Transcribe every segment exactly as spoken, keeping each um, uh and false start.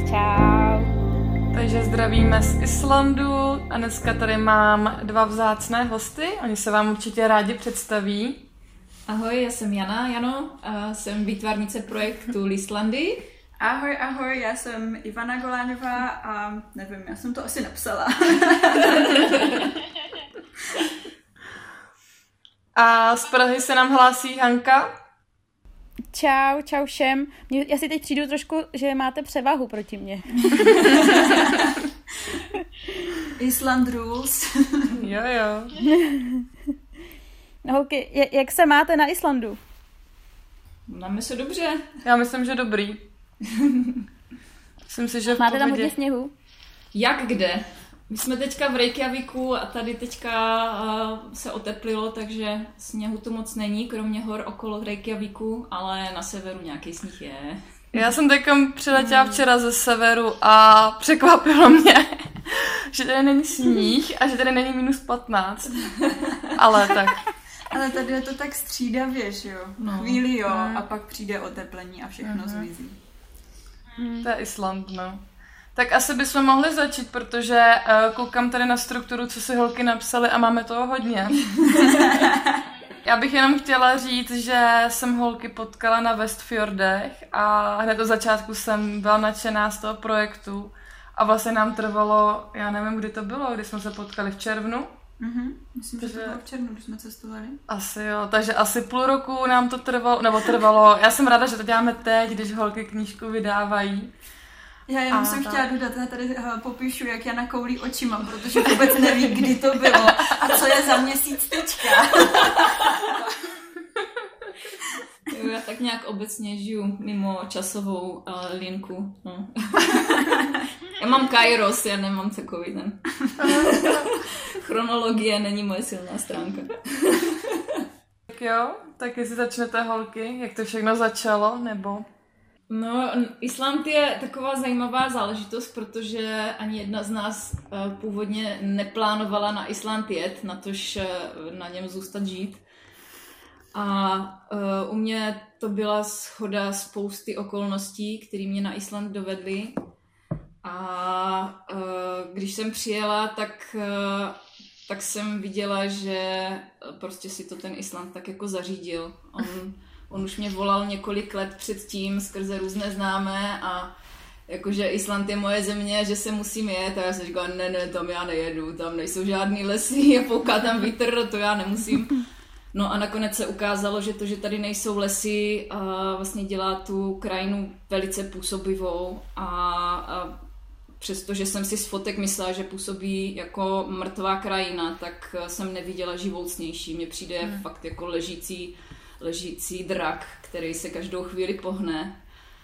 Čau. Takže zdravíme z Islandu a dneska tady mám dva vzácné hosty, oni se vám určitě rádi představí. Ahoj, já jsem Jana, Jano, a jsem výtvarnice projektu Lislandy. Ahoj, ahoj, já jsem Ivana Goláňová a nevím, já jsem to asi napsala. A z Prahy se nám hlásí Hanka. Čau, čau všem. Mě, já si teď přijdu trošku, že máte převahu proti mně. Island rules. Jo, jo. No, holky, jak se máte na Islandu? Máme se dobře. Já myslím, že dobrý. Myslím si, že v Máte pohodě. tam hodně sněhu? Jak kde? My jsme teďka v Reykjavíku a tady teďka uh, se oteplilo, takže sněhu tu moc není, kromě hor okolo Reykjavíku, ale na severu nějaký sníh je. Já jsem teď přiletěla včera ze severu a překvapilo mě, že tady není sníh a že tady není minus patnáct. Ale tak. Ale tady je to tak střídavě, že jo? No. Chvíli jo, Mm. a pak přijde oteplení a všechno Mhm. zmizí. To je Island, no. Tak asi bychom mohli začít, protože uh, koukám tady na strukturu, co si holky napsaly a máme toho hodně. Já bych jenom chtěla říct, že jsem holky potkala na Westfjordech a hned od začátku jsem byla nadšená z toho projektu a vlastně nám trvalo, já nevím, kdy to bylo, kdy jsme se potkali v červnu. Mhm. Myslím, že to Takže- bylo v červnu, když jsme cestovali. Asi jo, takže asi půl roku nám to trvalo, nebo trvalo. Já jsem ráda, že to děláme teď, když holky knížku vydávají. Já jenom A jsem tak. chtěla dodat, já tady uh, popíšu, jak Jana koulí očima, protože vůbec neví, kdy to bylo a co je za měsíc teďka. Jo, já tak nějak obecně žiju mimo časovou uh, linku. No. Já mám Kairos, já nemám takový ten. Chronologie není moje silná stránka. Tak jo, tak jestli začnete holky, jak to všechno začalo, nebo... No, Island je taková zajímavá záležitost, protože ani jedna z nás uh, původně neplánovala na Island jet, natož uh, na něm zůstat žít. A uh, u mě to byla shoda spousty okolností, které mě na Island dovedly. A uh, když jsem přijela, tak, uh, tak jsem viděla, že prostě si to ten Island tak jako zařídil. On, on už mě volal několik let předtím skrze různé známé a jakože Island je moje země, že se musím jet. A já jsem říkala, ne, ne, tam já nejedu, tam nejsou žádný lesy a fouká tam vítr, to já nemusím. No a nakonec se ukázalo, že to, že tady nejsou lesy, a vlastně dělá tu krajinu velice působivou a, a přestože jsem si z fotek myslela, že působí jako mrtvá krajina, tak jsem neviděla živoucnější. Mně přijde hmm. fakt jako ležící, ležící drak, který se každou chvíli pohne.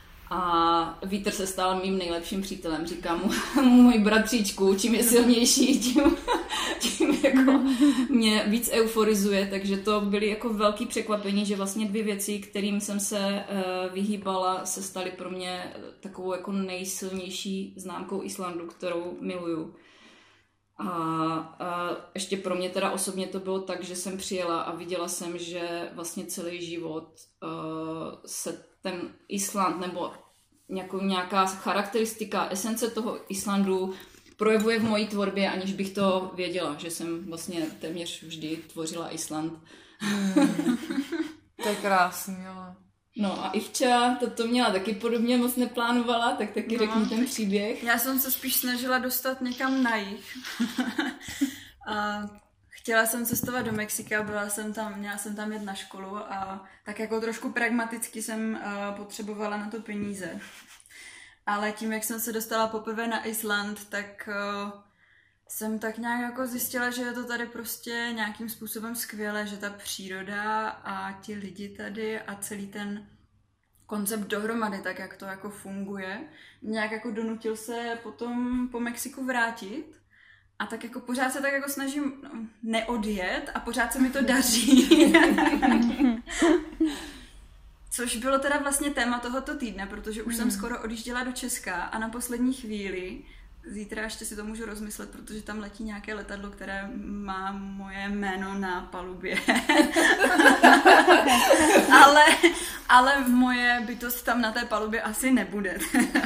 A vítr se stal mým nejlepším přítelem. Říkám mu, můj bratříčku, čím je silnější, tím, tím jako mě víc euforizuje. Takže to byly jako velký překvapení, že vlastně dvě věci, kterým jsem se uh, vyhýbala, se staly pro mě takovou jako nejsilnější známkou Islandu, kterou miluju. A, a ještě pro mě teda osobně to bylo tak, že jsem přijela a viděla jsem, že vlastně celý život uh, se ten Island nebo nějakou, nějaká charakteristika, esence toho Islandu projevuje v mojí tvorbě, aniž bych to věděla, že jsem vlastně téměř vždy tvořila Island. Hmm. To je krásný, ale... No a Ivča, to, to měla taky podobně, moc neplánovala, tak taky No. řekni ten příběh. Já jsem se spíš snažila dostat někam na jih. A chtěla jsem cestovat do Mexika, byla jsem tam, měla jsem tam jet na školu a tak jako trošku pragmaticky jsem uh, potřebovala na to peníze. Ale tím, jak jsem se dostala poprvé na Island, tak uh, jsem tak nějak jako zjistila, že je to tady prostě nějakým způsobem skvělé, že ta příroda a ti lidi tady a celý ten koncept dohromady, tak jak to jako funguje, nějak jako donutil se potom po Mexiku vrátit. A tak jako pořád se tak jako snažím no, neodjet a pořád se mi to daří. Což bylo teda vlastně téma tohoto týdne, protože už hmm. jsem skoro odjížděla do Česka a na poslední chvíli zítra ještě si to můžu rozmyslet, protože tam letí nějaké letadlo, které má moje jméno na palubě. ale, ale moje bytost tam na té palubě asi nebude.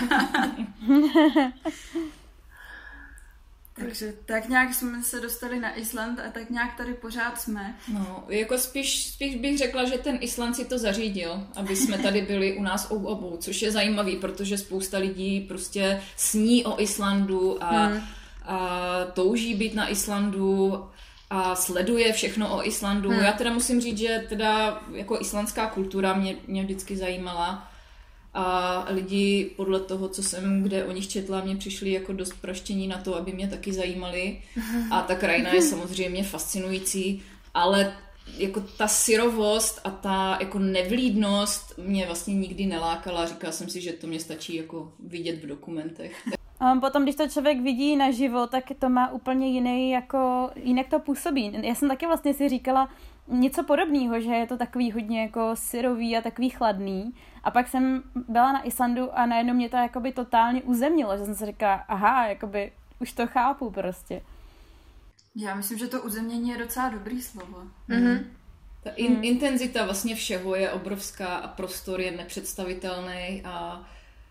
Takže tak nějak jsme se dostali na Island a tak nějak tady pořád jsme. No, jako spíš, spíš bych řekla, že ten Island si to zařídil, aby jsme tady byli u nás u obou, což je zajímavý, protože spousta lidí prostě sní o Islandu a, hmm. a touží být na Islandu a sleduje všechno o Islandu. Hmm. Já teda musím říct, že teda jako islandská kultura mě, mě vždycky zajímala. A lidi podle toho, co jsem kde o nich četla, mě přišli jako dost praštění na to, aby mě taky zajímali. A ta krajina je samozřejmě fascinující, ale jako ta syrovost a ta jako nevlídnost mě vlastně nikdy nelákala. Říkala jsem si, že to mě stačí jako vidět v dokumentech. Um, potom, když to člověk vidí naživo, tak to má úplně jiný, jako, jinak to působí. Já jsem taky vlastně si říkala něco podobného, že je to takový hodně jako syrový a takový chladný. A pak jsem byla na Islandu a najednou mě to jakoby totálně uzemnilo, že jsem si říkala, aha, jakoby už to chápu prostě. Já myslím, že to uzemnění je docela dobrý slovo. Mm-hmm. Ta in, mm. intenzita vlastně všeho je obrovská a prostor je nepředstavitelný a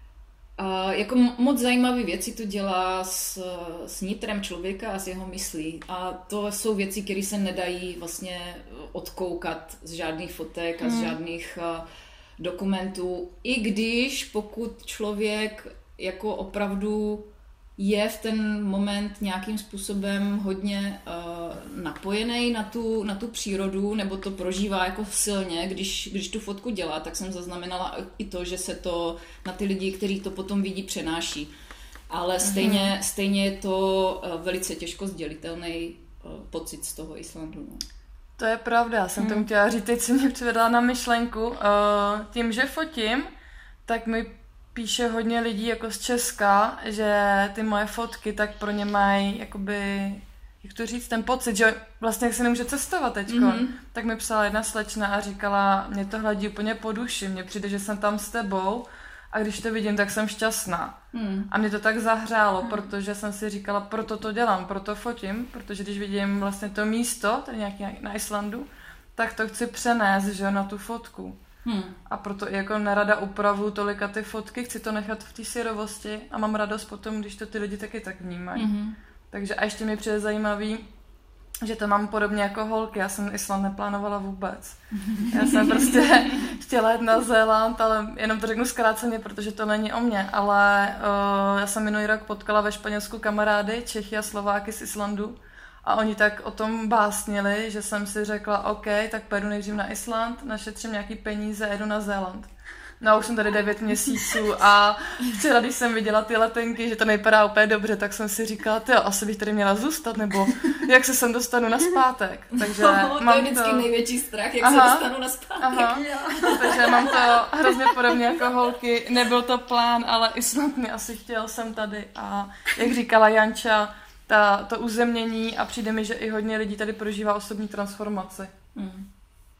A jako moc zajímavé věci to dělá s, s nitrem člověka a s jeho myslí. A to jsou věci, které se nedají vlastně odkoukat z žádných fotek a z žádných uh, dokumentů. I když pokud člověk jako opravdu je v ten moment nějakým způsobem hodně uh, napojený na tu, na tu přírodu, nebo to prožívá jako silně, když, když tu fotku dělá, tak jsem zaznamenala i to, že se to na ty lidi, kteří to potom vidí, přenáší. Ale stejně, mm. stejně je to uh, velice těžko sdělitelný uh, pocit z toho Islandu. No. To je pravda, já jsem mm. tomu chtěla říct, teď si mě přivedla na myšlenku. Uh, tím, že fotím, tak mi píše hodně lidí jako z Česka, že ty moje fotky tak pro ně mají jakoby, jak to říct, ten pocit, že vlastně jak se nemůže cestovat teďko. Mm-hmm. Tak mi psala jedna slečna a říkala, mě to hladí úplně po duši, mně přijde, že jsem tam s tebou a když to vidím, tak jsem šťastná. Mm. A mě to tak zahřálo, mm. protože jsem si říkala, proto to dělám, proto fotím, protože když vidím vlastně to místo, tady nějaký na Islandu, tak to chci přenést, že na tu fotku. Hmm. A proto i jako nerada upravu tolika ty fotky, chci to nechat v té syrovosti a mám radost potom, když to ty lidi taky tak vnímají. Mm-hmm. Takže a ještě mi přijde zajímavý, že to mám podobně jako holky, já jsem Island neplánovala vůbec. Já jsem prostě chtěla jít na Zéland, ale jenom to řeknu zkráceně, protože to není o mě, ale uh, já jsem minulý rok potkala ve Španělsku kamarády, Čechy a Slováky z Islandu. A oni tak o tom básnili, že jsem si řekla, OK, tak pojedu nejdřív na Island, našetřím nějaký peníze a jedu na Zéland. No a už jsem tady devět měsíců a včera, když jsem viděla ty letenky, že to nevypadá úplně dobře, tak jsem si říkala, tyjo, asi bych tady měla zůstat, nebo jak se sem dostanu nazpátek. Takže no, to mám je vždycky to... největší strach, jak aha, se dostanu nazpátek. Aha, takže mám to hrozně podobně jako holky. Nebyl to plán, ale Island mě asi chtěl jsem tady a jak říkala Janča, Ta, to uzemnění a přijde mi, že i hodně lidí tady prožívá osobní transformaci. Hmm.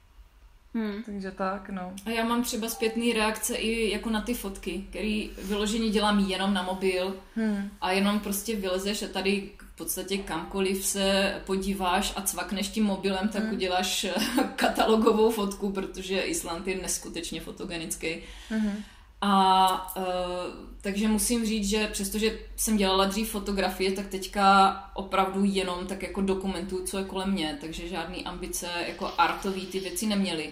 Hmm. Takže tak, no. A já mám třeba zpětný reakce i jako na ty fotky, který vyloženě dělám jenom na mobil hmm. a jenom prostě vylezeš a tady v podstatě kamkoliv se podíváš a cvakneš tím mobilem, tak hmm. uděláš katalogovou fotku, protože Island je neskutečně fotogenický. Hmm. A uh, takže musím říct, že přestože jsem dělala dřív fotografie, tak teďka opravdu jenom tak jako dokumentuju, co je kolem mě, takže žádný ambice jako artový ty věci neměly.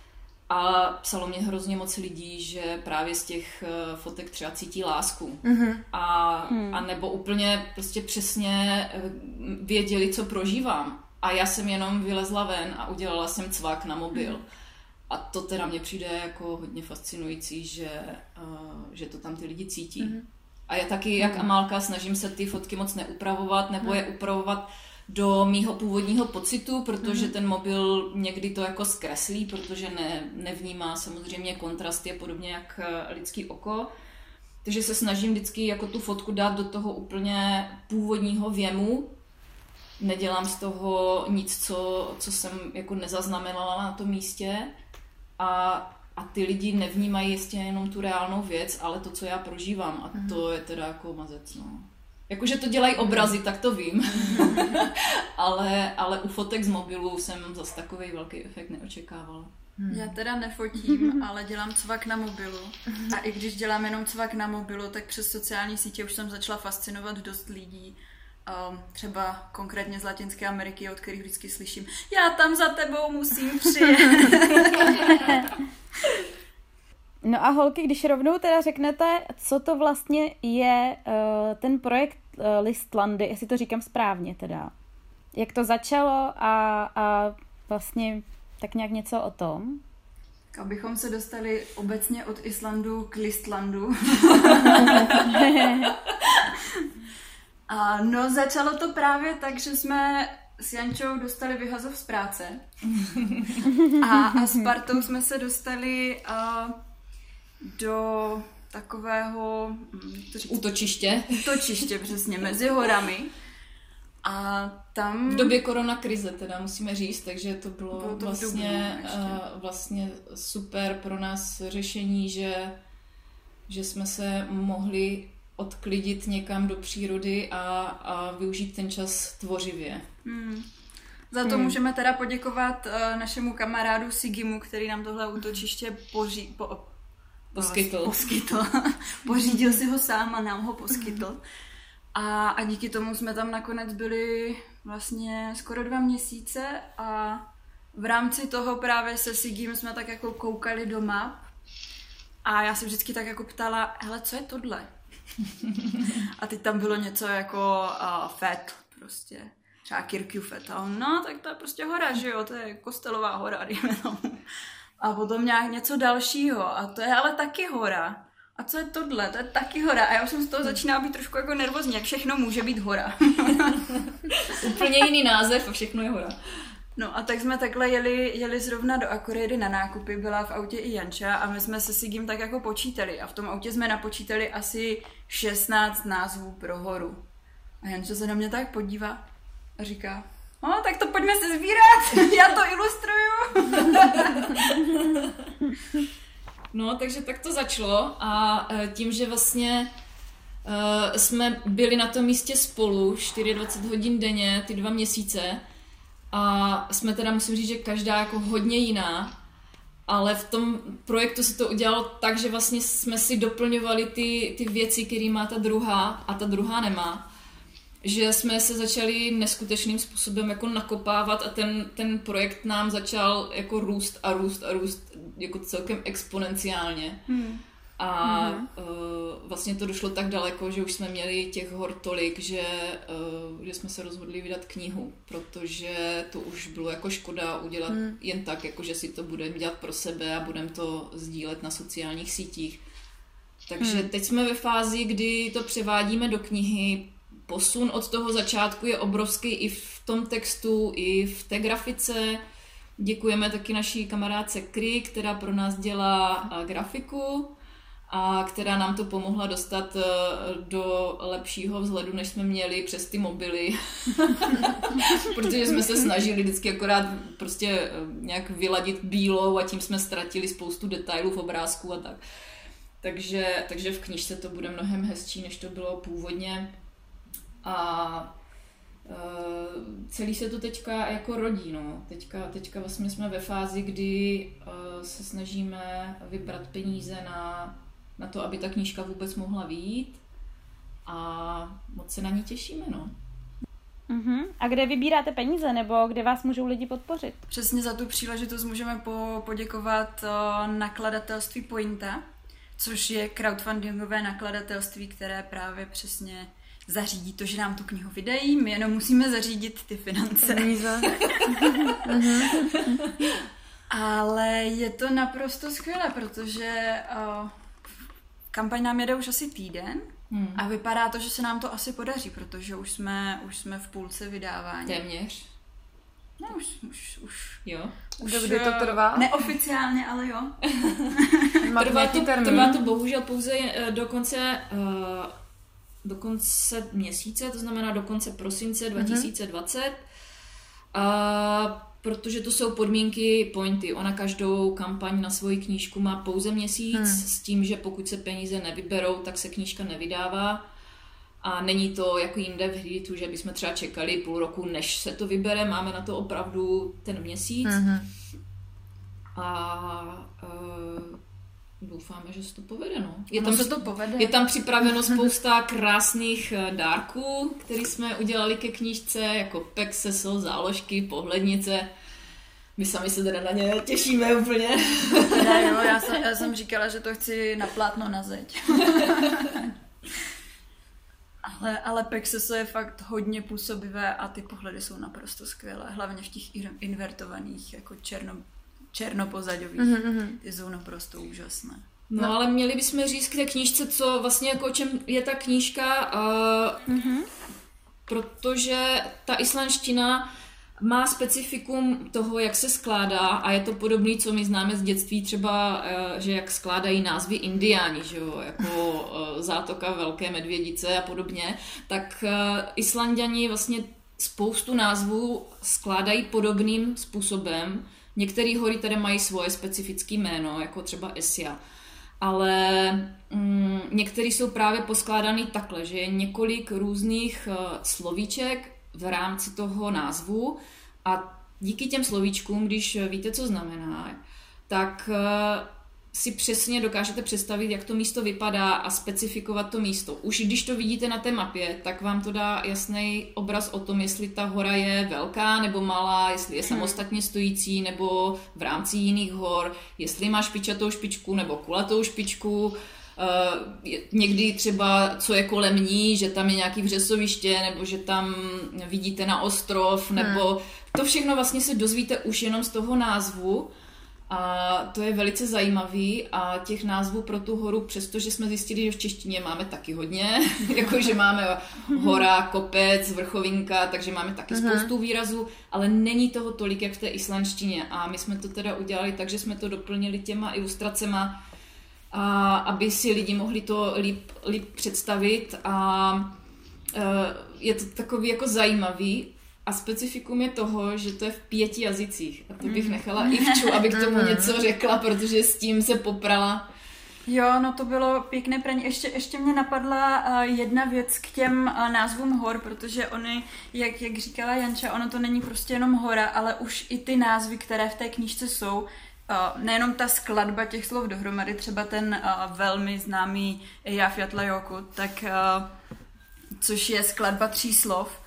A psalo mě hrozně moc lidí, že právě z těch uh, fotek třeba cítí lásku. Mm-hmm. A, mm. a nebo úplně prostě přesně věděli, co prožívám. A já jsem jenom vylezla ven a udělala jsem cvak na mobil. Mm. A to teda mně přijde jako hodně fascinující, že, uh, že to tam ty lidi cítí. Mm-hmm. A já taky, jak Amálka, snažím se ty fotky moc neupravovat, nebo je upravovat do mýho původního pocitu, protože mm-hmm. ten mobil někdy to jako zkreslí, protože ne, nevnímá samozřejmě kontrast, je podobně jak lidský oko. Takže se snažím vždycky jako tu fotku dát do toho úplně původního věmu. Nedělám z toho nic, co, co jsem jako nezaznamenala na tom místě. A, a ty lidi nevnímají jistě jenom tu reálnou věc, ale to, co já prožívám. A to je teda jako mazec, no. Jakože to dělají obrazy, tak to vím. ale, ale u fotek z mobilu jsem zase takový velký efekt neočekávala. Hmm. Já teda nefotím, ale dělám cvak na mobilu. A i když dělám jenom cvak na mobilu, tak přes sociální sítě už jsem začala fascinovat dost lidí. Um, třeba konkrétně z Latinské Ameriky, od kterých vždycky slyším, já tam za tebou musím přijet. No a holky, když rovnou teda řeknete, co to vlastně je uh, ten projekt uh, Listlandy, jestli to říkám správně teda. Jak to začalo a, a vlastně tak nějak něco o tom? Abychom se dostali obecně od Islandu k Listlandu. A no, začalo to právě tak, že jsme s Jančou dostali vyhazov z práce. A, a s partou jsme se dostali uh, do takového... Útočiště. Útočiště, přesně, mezi horami. A tam... V době koronakrize teda musíme říct, takže to bylo, bylo to vlastně, uh, vlastně super pro nás řešení, že, že jsme se mohli odklidit někam do přírody a, a využít ten čas tvořivě. Hmm. Za to hmm. můžeme teda poděkovat uh, našemu kamarádu Sigimu, který nám tohle útočiště poří, po, poskytl. poskytl. Pořídil si ho sám a nám ho poskytl. A, a díky tomu jsme tam nakonec byli vlastně skoro dva měsíce a v rámci toho právě se Sigim jsme tak jako koukali do map a já se vždycky tak jako ptala, hele, co je tohle? A teď tam bylo něco jako uh, Fet, prostě, třeba Kirkjufet. A on, no, tak to je prostě hora, že jo, to je Kostelová hora, dejme tomu. A potom nějak něco dalšího a to je ale taky hora. A co je tohle? To je taky hora. A já už jsem z toho začínala být trošku jako nervózní, jak všechno může být hora. Úplně jiný název a všechno je hora. No a tak jsme takhle jeli, jeli zrovna do Akureyri na nákupy, byla v autě i Janča a my jsme se Sigim tak jako počítali a v tom autě jsme napočítali asi šestnáct názvů pro horu. A Janča se na mě tak podívá a říká, no tak to pojďme se sbírat, já to ilustruju. No, takže tak to začalo a tím, že vlastně uh, jsme byli na tom místě spolu dvacet čtyři hodin denně, ty dva měsíce a jsme teda, musím říct, že každá jako hodně jiná, ale v tom projektu se to udělalo tak, že vlastně jsme si doplňovali ty, ty věci, které má ta druhá a ta druhá nemá. Že jsme se začali neskutečným způsobem jako nakopávat a ten, ten projekt nám začal jako růst a růst a růst jako celkem exponenciálně. Hmm. A hmm. Uh, vlastně to došlo tak daleko, že už jsme měli těch hor tolik, že, uh, že jsme se rozhodli vydat knihu, protože to už bylo jako škoda udělat hmm. jen tak, jako že si to budeme dělat pro sebe a budeme to sdílet na sociálních sítích. Takže hmm. teď jsme ve fázi, kdy to převádíme do knihy. Posun od toho začátku je obrovský i v tom textu, i v té grafice. Děkujeme taky naší kamarádce Kry, která pro nás dělá grafiku a která nám to pomohla dostat do lepšího vzhledu, než jsme měli přes ty mobily. Protože jsme se snažili vždycky akorát prostě nějak vyladit bílou a tím jsme ztratili spoustu detailů v obrázku a tak. Takže, takže v knížce to bude mnohem hezčí, než to bylo původně. A uh, celý se to teďka jako rodí, no. Teďka, teďka vlastně jsme ve fázi, kdy uh, se snažíme vybrat peníze na, na to, aby ta knížka vůbec mohla vyjít a moc se na ní těšíme, no. Uh-huh. A kde vybíráte peníze, nebo kde vás můžou lidi podpořit? Přesně za tu příležitost můžeme po, poděkovat uh, nakladatelství Pointa, což je crowdfundingové nakladatelství, které právě přesně zařídí to, že nám tu knihu vydají, my jenom musíme zařídit ty finance. Ale je to naprosto skvělé, protože uh, kampaň nám jede už asi týden hmm. a vypadá to, že se nám to asi podaří, protože už jsme, už jsme v půlce vydávání. Téměř. No už, už, už. Jo. Už kdy to trvá? Neoficiálně, ale jo. trvá, to, trvá to bohužel pouze do konce uh, do konce měsíce, to znamená do konce prosince dva tisíce dvacet, mm-hmm. a protože to jsou podmínky Pointy. Ona každou kampaň na svoji knížku má pouze měsíc, hmm. s tím, že pokud se peníze nevyberou, tak se knížka nevydává. a není to jako jinde v Hriditu, že bychom třeba čekali půl roku, než se to vybere, máme na to opravdu ten měsíc. Mm-hmm. A uh, doufáme, že se to povede, no. Je tam, se to povede. Je tam připraveno spousta krásných dárků, které jsme udělali ke knížce, jako pek, sesl, záložky, pohlednice. My sami se teda na ně těšíme úplně. Teda jo, já jsem, já jsem říkala, že to chci na plátno na zeď. ale, ale Pexeso je fakt hodně působivé a ty pohledy jsou naprosto skvělé. Hlavně v těch invertovaných, jako černo, černopozaďových. Mm-hmm. Ty jsou naprosto úžasné. No, no ale měli bychom říct k té knížce, co vlastně jako o čem je ta knížka, uh, mm-hmm. protože ta islandština má specifikum toho, jak se skládá a je to podobné, co my známe z dětství, třeba, že jak skládají názvy indiáni, že jo, jako Zátoka Velké medvědice a podobně, tak Islanďani vlastně spoustu názvů skládají podobným způsobem. Některé hory tady mají svoje specifické jméno, jako třeba Esja, ale mm, některé jsou právě poskládané takhle, že je několik různých uh, slovíček v rámci toho názvu a díky těm slovíčkům, když víte, co znamená, tak uh, si přesně dokážete představit, jak to místo vypadá a specifikovat to místo. Už když to vidíte na té mapě, tak vám to dá jasný obraz o tom, jestli ta hora je velká nebo malá, jestli je samostatně stojící nebo v rámci jiných hor, jestli má špičatou špičku nebo kulatou špičku. Uh, někdy třeba, co je kolem ní, že tam je nějaký vřesoviště, nebo že tam vidíte na ostrov, nebo hmm. to všechno vlastně se dozvíte už jenom z toho názvu a to je velice zajímavý a těch názvů pro tu horu, přestože jsme zjistili, že v češtině máme taky hodně, jakože máme hora, kopec, vrchovinka, takže máme taky hmm. spoustu výrazů, ale není toho tolik, jak v té islandštině a my jsme to teda udělali tak, že jsme to doplnili těma ilustracema, a aby si lidi mohli to líp, líp představit a uh, je to takový jako zajímavý a specifikum je toho, že to je v pěti jazycích a to bych nechala Ivču, aby k tomu něco řekla, protože s tím se poprala. Jo, no to bylo pěkné praní. Ještě, ještě mě napadla uh, jedna věc k těm uh, názvům hor, protože oni, jak, jak říkala Janča, ono to není prostě jenom hora, ale už i ty názvy, které v té knížce jsou, Uh, nejenom ta skladba těch slov dohromady, třeba ten uh, velmi známý Eyjafjallajökull, tak uh, což je skladba tří slov,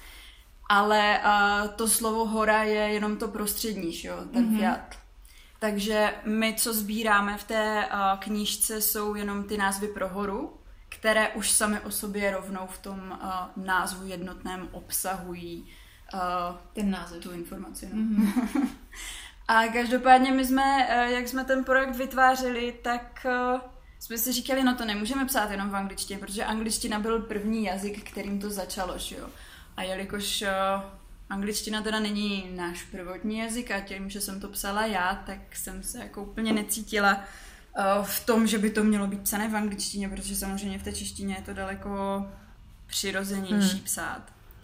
ale uh, to slovo hora je jenom to prostřední, jo, ten mm-hmm. fjall. Takže my, co sbíráme v té uh, knížce, jsou jenom ty názvy pro horu, které už sami o sobě rovnou v tom uh, názvu jednotném obsahují uh, ten název, tu informaci. No. Mm-hmm. A každopádně my jsme, jak jsme ten projekt vytvářeli, tak jsme si říkali, no to nemůžeme psát jenom v angličtině, protože angličtina byl první jazyk, kterým to začalo, že jo. A jelikož angličtina teda není náš prvotní jazyk a tím, že jsem to psala já, tak jsem se jako úplně necítila v tom, že by to mělo být psané v angličtině, protože samozřejmě v té češtině je to daleko přirozenější hmm. psát.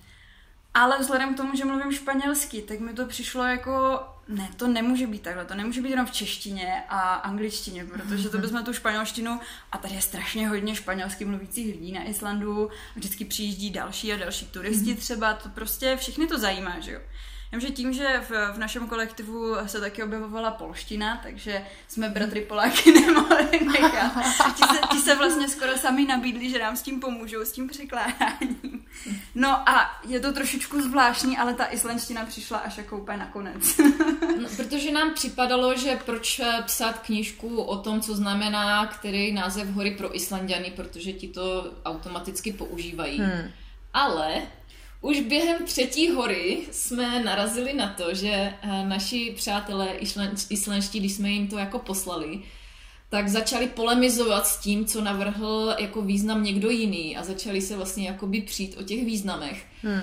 Ale vzhledem k tomu, že mluvím španělsky, tak mi to přišlo jako, ne, to nemůže být takhle, to nemůže být jenom v češtině a angličtině, protože to bychom tu španělštinu, a tady je strašně hodně španělsky mluvících lidí na Islandu, vždycky přijíždí další a další turisti třeba, to prostě všechny to zajímá, že jo. Vím, že tím, že v, v našem kolektivu se taky objevovala polština, takže jsme bratry Poláky nemohli nechat. Ti se, ti se vlastně skoro sami nabídli, že nám s tím pomůžou, s tím překládáním. No a je to trošičku zvláštní, ale ta islandština přišla až jako úplně nakonec. No, protože nám připadalo, že proč psát knížku o tom, co znamená který název hory pro Islanďany, protože ti to automaticky používají. Hmm. Ale už během třetí hory jsme narazili na to, že naši přátelé islandští, když jsme jim to jako poslali, tak začali polemizovat s tím, co navrhl jako význam někdo jiný a začali se vlastně jakoby přijít o těch významech. Hmm.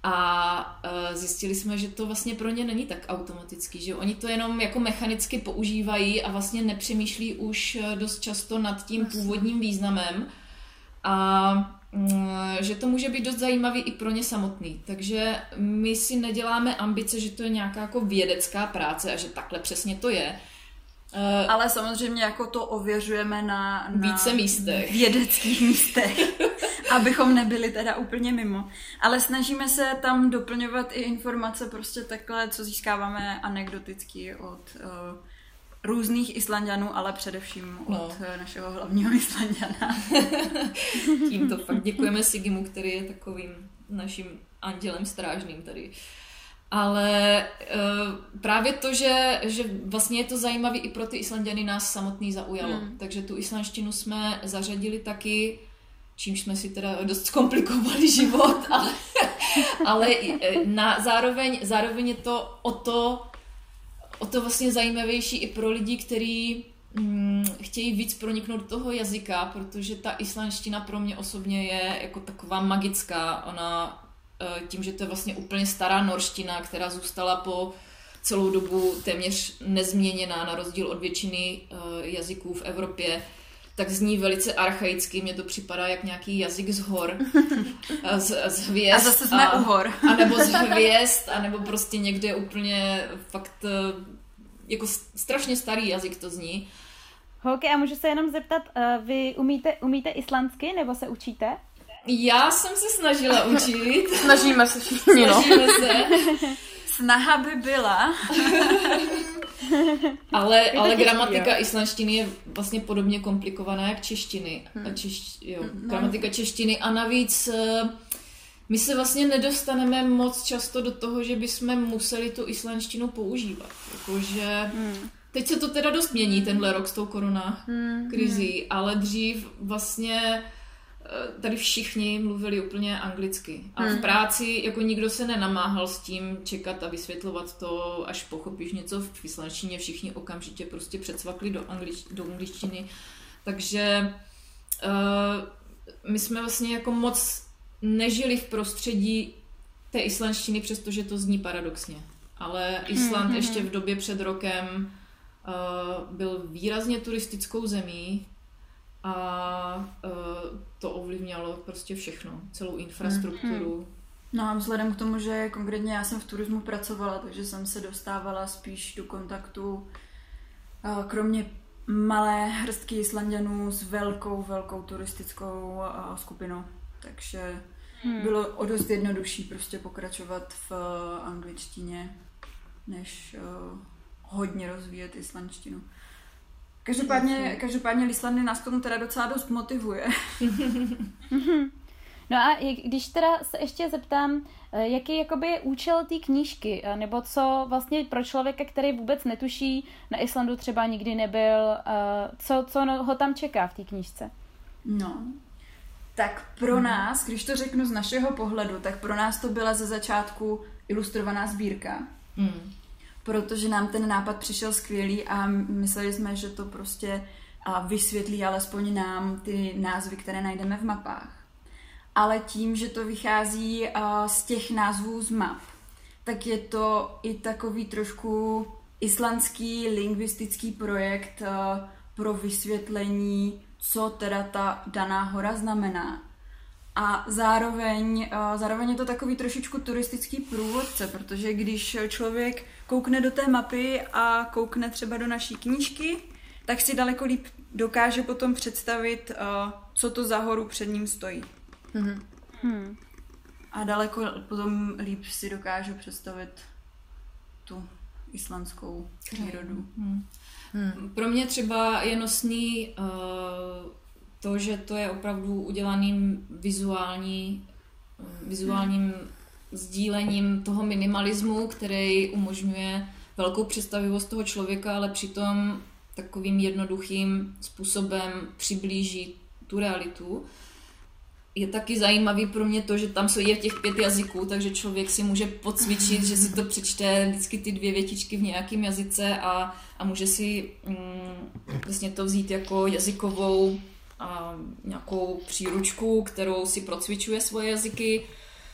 A zjistili jsme, že to vlastně pro ně není tak automatický, že oni to jenom jako mechanicky používají a vlastně nepřemýšlí už dost často nad tím původním významem. A že to může být dost zajímavý i pro ně samotný. Takže my si neděláme ambice, že to je nějaká jako vědecká práce a že takhle přesně to je. Ale samozřejmě jako to ověřujeme na, na více místech. Vědeckých místech. abychom nebyli teda úplně mimo. Ale snažíme se tam doplňovat i informace prostě takhle, co získáváme anekdoticky od uh, různých Islanďanů, ale především od no. našeho hlavního Islanďana. Tímto fakt děkujeme Sigimu, který je takovým naším andělem strážným tady. Ale uh, právě to, že, že vlastně je to zajímavé i pro ty Islanďany, nás samotný zaujalo. Hmm. Takže tu islandštinu jsme zařadili taky, čímž jsme si teda dost zkomplikovali život, ale, ale na, zároveň, zároveň je to o to, o to vlastně zajímavější i pro lidi, kteří hm, chtějí víc proniknout do toho jazyka, protože ta islandština pro mě osobně je jako taková magická. Ona tím, že to je vlastně úplně stará norština, která zůstala po celou dobu téměř nezměněná, na rozdíl od většiny jazyků v Evropě, tak zní velice archaicky. Mně to připadá jak nějaký jazyk z hor, z, z hvězd. A zase jsme a, u hor. A nebo z hvězd, a nebo prostě někde úplně fakt jako strašně starý jazyk to zní. Holky, a můžu se jenom zeptat, vy umíte, umíte islandsky, nebo se učíte? Já jsem se snažila učit. Snažíme se všichni, no. Snažíme se. Snaha by byla. ale ale gramatika jo. islandštiny je vlastně podobně komplikovaná jak češtiny. Hmm. Češ, jo, no. Gramatika češtiny a navíc my se vlastně nedostaneme moc často do toho, že bychom museli tu islandštinu používat. Jakože hmm. teď se to teda dost mění tenhle rok s tou korona hmm. krizí, hmm. ale dřív vlastně tady všichni mluvili úplně anglicky. A v práci jako nikdo se nenamáhal s tím čekat a vysvětlovat to, až pochopíš něco v islandštině, všichni okamžitě prostě přecvakli do, anglič, do angličtiny. Takže uh, my jsme vlastně jako moc nežili v prostředí té islandštiny, přestože to zní paradoxně. Ale Island mm-hmm. ještě v době před rokem uh, byl výrazně turistickou zemí, a uh, to ovlivňalo prostě všechno, celou infrastrukturu. Hmm. No a vzhledem k tomu, že konkrétně já jsem v turismu pracovala, takže jsem se dostávala spíš do kontaktu uh, kromě malé hrstky Islanďanů s velkou, velkou turistickou uh, skupinou. Takže hmm. bylo o dost jednodušší prostě pokračovat v uh, angličtině, než uh, hodně rozvíjet islandštinu. Každopádně, každopádně Islandy nás k tomu teda docela dost motivuje. No a když teda se ještě zeptám, jaký jakoby je účel té knížky, nebo co vlastně pro člověka, který vůbec netuší, na Islandu třeba nikdy nebyl, co, co ho tam čeká v té knížce? No, tak pro hmm. nás, když to řeknu z našeho pohledu, tak pro nás to byla ze začátku ilustrovaná sbírka. Hmm. Protože nám ten nápad přišel skvělý a mysleli jsme, že to prostě vysvětlí alespoň nám ty názvy, které najdeme v mapách. Ale tím, že to vychází z těch názvů z map, tak je to i takový trošku islandský lingvistický projekt pro vysvětlení, co teda ta daná hora znamená. A zároveň, zároveň je to takový trošičku turistický průvodce, protože když člověk koukne do té mapy a koukne třeba do naší knížky, tak si daleko líp dokáže potom představit, co to za horu před ním stojí. Hmm. Hmm. A daleko potom líp si dokáže představit tu islandskou přírodu. Hmm. Hmm. Pro mě třeba je nosný uh... to, že to je opravdu udělaným vizuální, vizuálním sdílením toho minimalismu, který umožňuje velkou představivost toho člověka, ale přitom takovým jednoduchým způsobem přiblíží tu realitu. Je taky zajímavý pro mě to, že tam je těch pět jazyků, takže člověk si může pocvičit, že si to přečte vždycky ty dvě větičky v nějakém jazyce a, a může si mm, vlastně to vzít jako jazykovou a nějakou příručku, kterou si procvičuje svoje jazyky,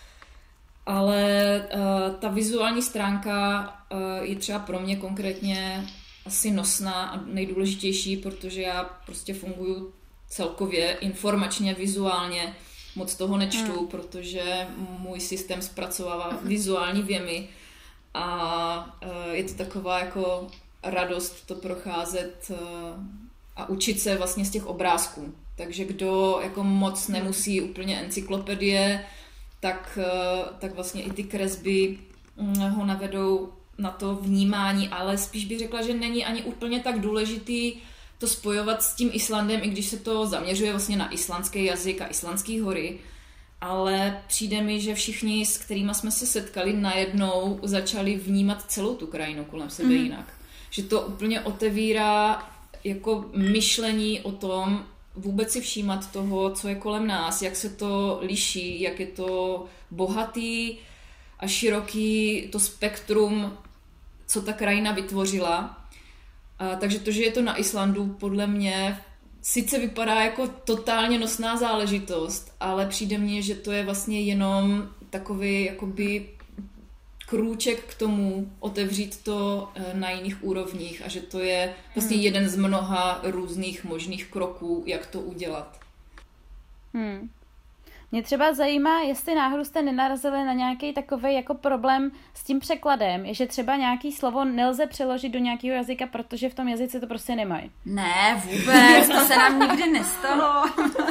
ale uh, ta vizuální stránka uh, je třeba pro mě konkrétně asi nosná a nejdůležitější, protože já prostě funguju celkově informačně, vizuálně, moc toho nečtu, hmm. protože můj systém zpracovává vizuální věmy a uh, je to taková jako radost to procházet uh, a učit se vlastně z těch obrázků. takže kdo jako moc nemusí úplně encyklopedie, tak, tak vlastně i ty kresby ho navedou na to vnímání, ale spíš bych řekla, že není ani úplně tak důležitý to spojovat s tím Islandem, i když se to zaměřuje vlastně na islandský jazyk a islandský hory, ale přijde mi, že všichni, s kterými jsme se setkali, najednou začali vnímat celou tu krajinu kolem sebe mm. jinak. Že to úplně otevírá jako myšlení o tom, vůbec si všímat toho, co je kolem nás, jak se to liší, jak je to bohatý a široký to spektrum, co ta krajina vytvořila. A, takže to, že je to na Islandu, podle mě sice vypadá jako totálně nosná záležitost, ale přijde mně, že to je vlastně jenom takový jakoby krůček k tomu otevřít to na jiných úrovních a že to je vlastně hmm. jeden z mnoha různých možných kroků, jak to udělat. Hmm. Mě třeba zajímá, jestli náhodou jste nenarazili na nějaký takový jako problém s tím překladem, je, že třeba nějaký slovo nelze přeložit do nějakého jazyka, protože v tom jazyce to prostě nemají. Ne, vůbec, to se nám nikdy nestalo.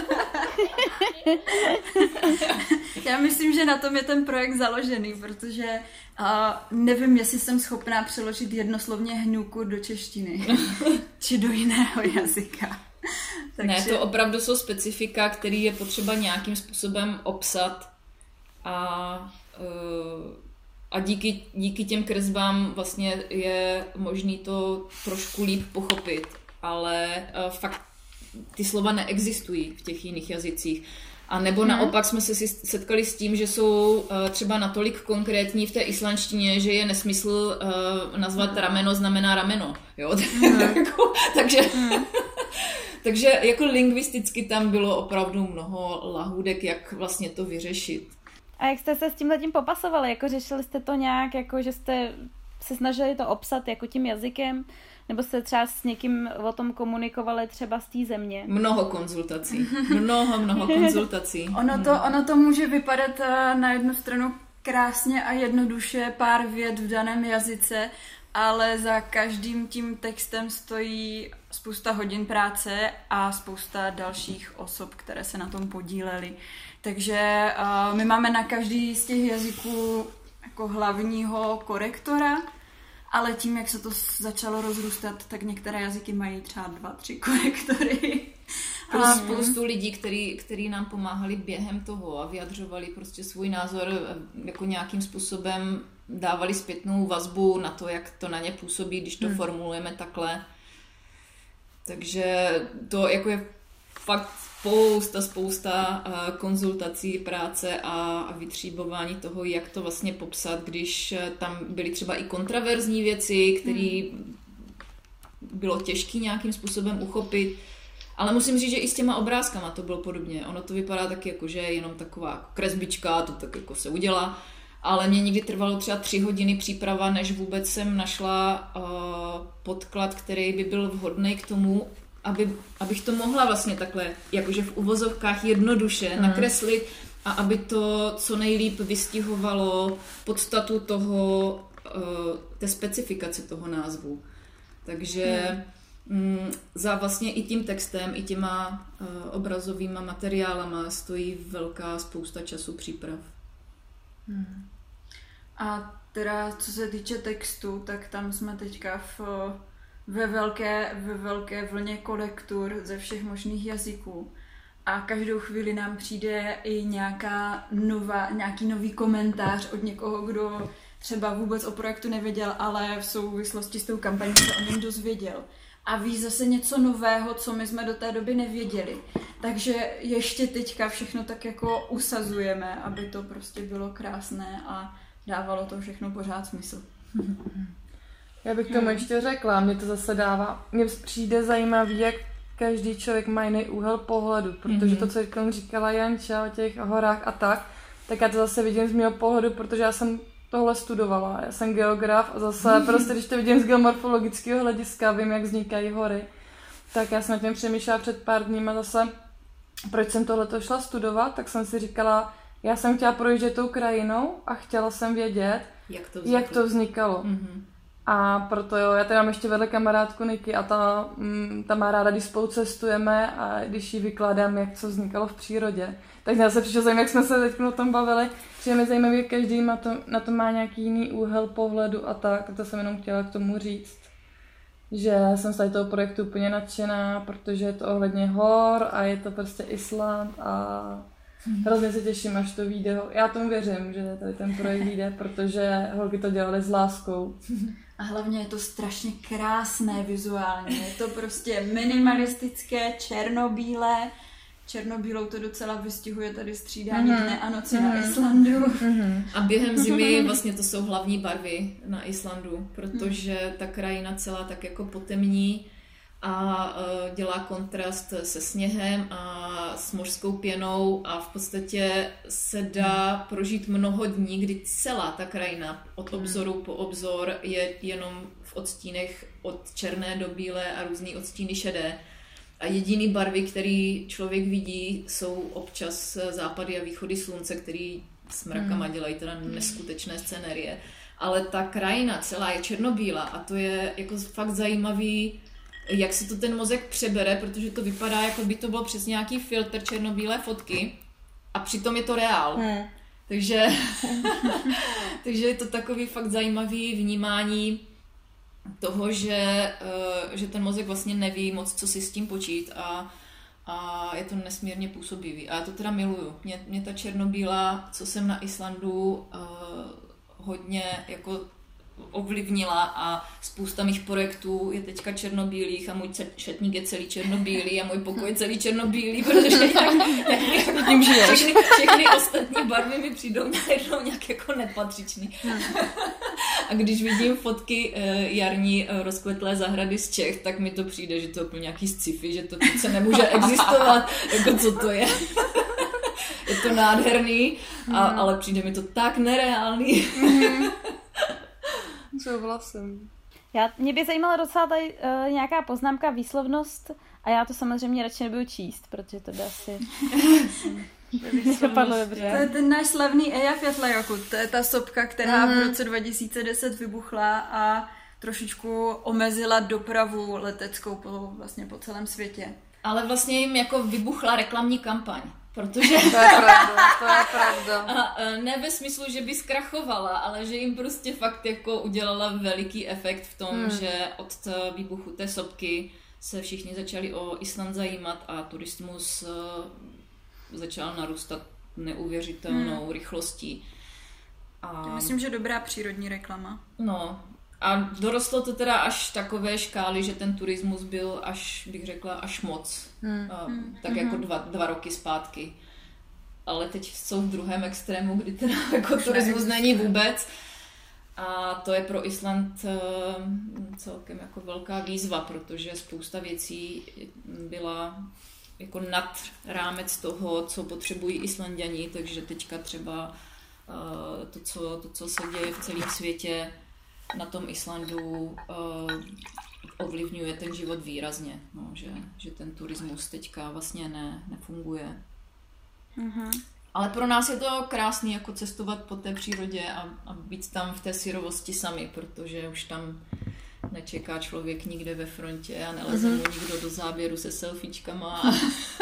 Já myslím, že na tom je ten projekt založený, protože uh, nevím, jestli jsem schopná přeložit jednoslovně hňůku do češtiny, či do jiného jazyka. Takže... Ne, to opravdu jsou specifika, které je potřeba nějakým způsobem obsat a, a díky, díky těm kresbám vlastně je možný to trošku líp pochopit, ale fakt ty slova neexistují v těch jiných jazycích. A nebo hmm. naopak jsme se setkali s tím, že jsou třeba natolik konkrétní v té islandštině, že je nesmysl nazvat rameno znamená rameno. Jo? Hmm. Takže... Hmm. Takže jako lingvisticky tam bylo opravdu mnoho lahůdek, jak vlastně to vyřešit. A jak jste se s tímhletím popasovali? Jako řešili jste to nějak, jako že jste se snažili to obsat jako tím jazykem? Nebo jste třeba s někým o tom komunikovali třeba z té země? Mnoho konzultací. Mnoho, mnoho konzultací. Ono to, ono to může vypadat na jednu stranu krásně a jednoduše, pár vět v daném jazyce, ale za každým tím textem stojí spousta hodin práce a spousta dalších osob, které se na tom podílely. Takže uh, my máme na každý z těch jazyků jako hlavního korektora, ale tím, jak se to začalo rozrůstat, tak některé jazyky mají třeba dva, tři korektory. Plus a spoustu lidí, který, který nám pomáhali během toho a vyjadřovali prostě svůj názor, jako nějakým způsobem dávali zpětnou vazbu na to, jak to na ně působí, když to hmm. formulujeme takhle. Takže to jako je fakt spousta, spousta uh, konzultací, práce a, a vytříbování toho, jak to vlastně popsat, když tam byly třeba i kontraverzní věci, které hmm. bylo těžké nějakým způsobem uchopit. Ale musím říct, že i s těma obrázkama to bylo podobně. Ono to vypadá taky jako, že je jenom taková kresbička, to tak jako se udělá. Ale mě někdy trvalo třeba tři hodiny příprava, než vůbec jsem našla uh, podklad, který by byl vhodný k tomu, aby, abych to mohla vlastně takhle, jakože v uvozovkách jednoduše mm. nakreslit a aby to co nejlíp vystihovalo podstatu toho, uh, té specifikace toho názvu. Takže mm. za vlastně i tím textem, i těma uh, obrazovýma materiálama stojí velká spousta času příprav. Hmm. A teda co se týče textu, tak tam jsme teďka v, ve, velké, ve velké vlně kolektur ze všech možných jazyků a každou chvíli nám přijde i nějaká nová, nějaký nový komentář od někoho, kdo třeba vůbec o projektu nevěděl, ale v souvislosti s tou kampaní se o něm dozvěděl. A ví zase něco nového, co my jsme do té doby nevěděli. Takže ještě teďka všechno tak jako usazujeme, aby to prostě bylo krásné a dávalo to všechno pořád smysl. Já bych tomu ještě řekla, mě to zase dává, mně přijde zajímavý, jak každý člověk má jiný úhel pohledu, protože to, co říkala Janča o těch horách a tak, tak já to zase vidím z mého pohledu, protože já jsem tohle studovala. Já jsem geograf a zase prostě, když to vidím z geomorfologického hlediska, vím, jak vznikají hory, tak já jsem na tím přemýšlela před pár dní a zase, proč jsem tohleto šla studovat, tak jsem si říkala, já jsem chtěla projíždět tou krajinou a chtěla jsem vědět, jak to, jak to vznikalo. Mm-hmm. A proto jo, já tady mám ještě vedle kamarádku Niky a ta, mm, ta má ráda, když spolu cestujeme a když jí vykládám, jak co vznikalo v přírodě. Tak já se přišel zajímat, jak jsme se teď o tom bavili. Přijde mi zajímavé, jak každý na to, na to má nějaký jiný úhel pohledu a tak. Tak to jsem jenom chtěla k tomu říct. Že jsem z tady toho projektu úplně nadšená, protože je to ohledně hor a je to prostě Island a hrozně se těším, až to vyjde. Já tomu věřím, že tady ten projekt vyjde, protože holky to dělaly s láskou. A hlavně je to strašně krásné vizuálně. Je to prostě minimalistické, černobílé. Černobílou to docela vystihuje tady střídání mm-hmm. dne a noci mm-hmm. na Islandu. Mm-hmm. A během zimy vlastně to jsou hlavní barvy na Islandu, protože ta krajina celá tak jako potemní a uh, dělá kontrast se sněhem a s mořskou pěnou a v podstatě se dá prožít mnoho dní, kdy celá ta krajina od obzoru po obzor je jenom v odstínech od černé do bílé a různý odstíny šedé. A jediný barvy, který člověk vidí, jsou občas západy a východy slunce, který s mrakama dělají teda neskutečné scenérie. Ale ta krajina celá je černobílá a to je jako fakt zajímavý, jak si to ten mozek přebere, protože to vypadá, jako by to bylo přes nějaký filtr černobílé fotky a přitom je to reál. Hmm. Takže, takže je to takový fakt zajímavý vnímání toho, že, že ten mozek vlastně neví moc, co si s tím počít a, a je to nesmírně působivý. A já to teda miluju. Mě, mě ta černobílá, co jsem na Islandu hodně jako ovlivnila a spousta mých projektů je teďka černobílých a můj šatník je celý černobílý a můj pokoj je celý černobílý, protože nějak, nějak, všechny, všechny ostatní barvy mi přijdou najednou nějak jako nepatřičný. A když vidím fotky jarní rozkvetlé zahrady z Čech, tak mi to přijde, že to je úplně nějaký sci-fi, že to přece nemůže existovat, jako co to je. Je to nádherný, a, ale přijde mi to tak nereálný. Souhlasím. Já, mě by zajímala docela tady uh, nějaká poznámka, výslovnost a já to samozřejmě radši nebudu číst, protože to by asi nedopadlo dobře. To je ten náš slavný Eyjafjallajökull, to je ta sopka, která mm. v roce dva tisíce deset vybuchla a trošičku omezila dopravu leteckou po, vlastně po celém světě. Ale vlastně jim jako vybuchla reklamní kampaň. Protože... To je pravda, to je pravda. A ne ve smyslu, že by zkrachovala, ale že jim prostě fakt jako udělala veliký efekt v tom, hmm. že od výbuchu té sopky se všichni začali o Island zajímat a turismus začal narůstat neuvěřitelnou hmm. rychlostí. A... Myslím, že dobrá přírodní reklama. No, a dorostlo to teda až takové škály, že ten turismus byl až, bych řekla, až moc. Hmm. A, tak jako dva, dva roky zpátky. Ale teď jsou v druhém extrému, kdy teda jako turismus není vůbec. A to je pro Island celkem jako velká výzva, protože spousta věcí byla jako nad rámec toho, co potřebují Islanďani, takže teďka třeba to, co, to, co se děje v celém světě, na tom Islandu uh, ovlivňuje ten život výrazně, no, že, že ten turismus teďka vlastně ne, nefunguje. Mm-hmm. Ale pro nás je to krásný jako cestovat po té přírodě a, a být tam v té syrovosti sami, protože už tam nečeká člověk nikde ve frontě a neleze mm-hmm. mu nikdo do záběru se selfiečkama.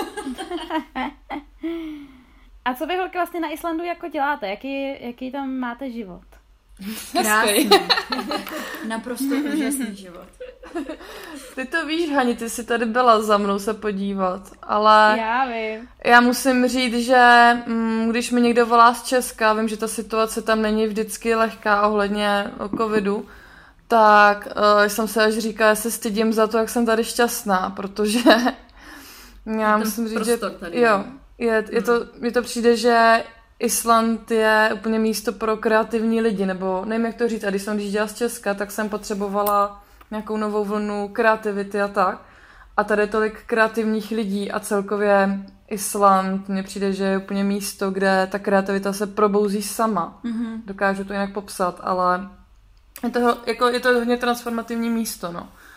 A co vy holky vlastně na Islandu jako děláte? Jaký, jaký tam máte život? Krásný. Naprosto úžasný život. Ty to víš, Hani, ty jsi tady byla za mnou se podívat, ale já vím. Já musím říct, že mm, když mi někdo volá z Česka, vím, že ta situace tam není vždycky lehká ohledně covidu, tak uh, jsem se až říkala, že se stydím za to, jak jsem tady šťastná, protože já musím říct, že tady, jo, je, je to, mně to přijde, že Island je úplně místo pro kreativní lidi, nebo nevím, jak to říct, a když jsem odjížděla z Česka, tak jsem potřebovala nějakou novou vlnu kreativity a tak. A tady je tolik kreativních lidí a celkově Island, mně přijde, že je úplně místo, kde ta kreativita se probouzí sama. Mm-hmm. Dokážu to jinak popsat, ale je to, jako, je to hodně transformativní místo, no.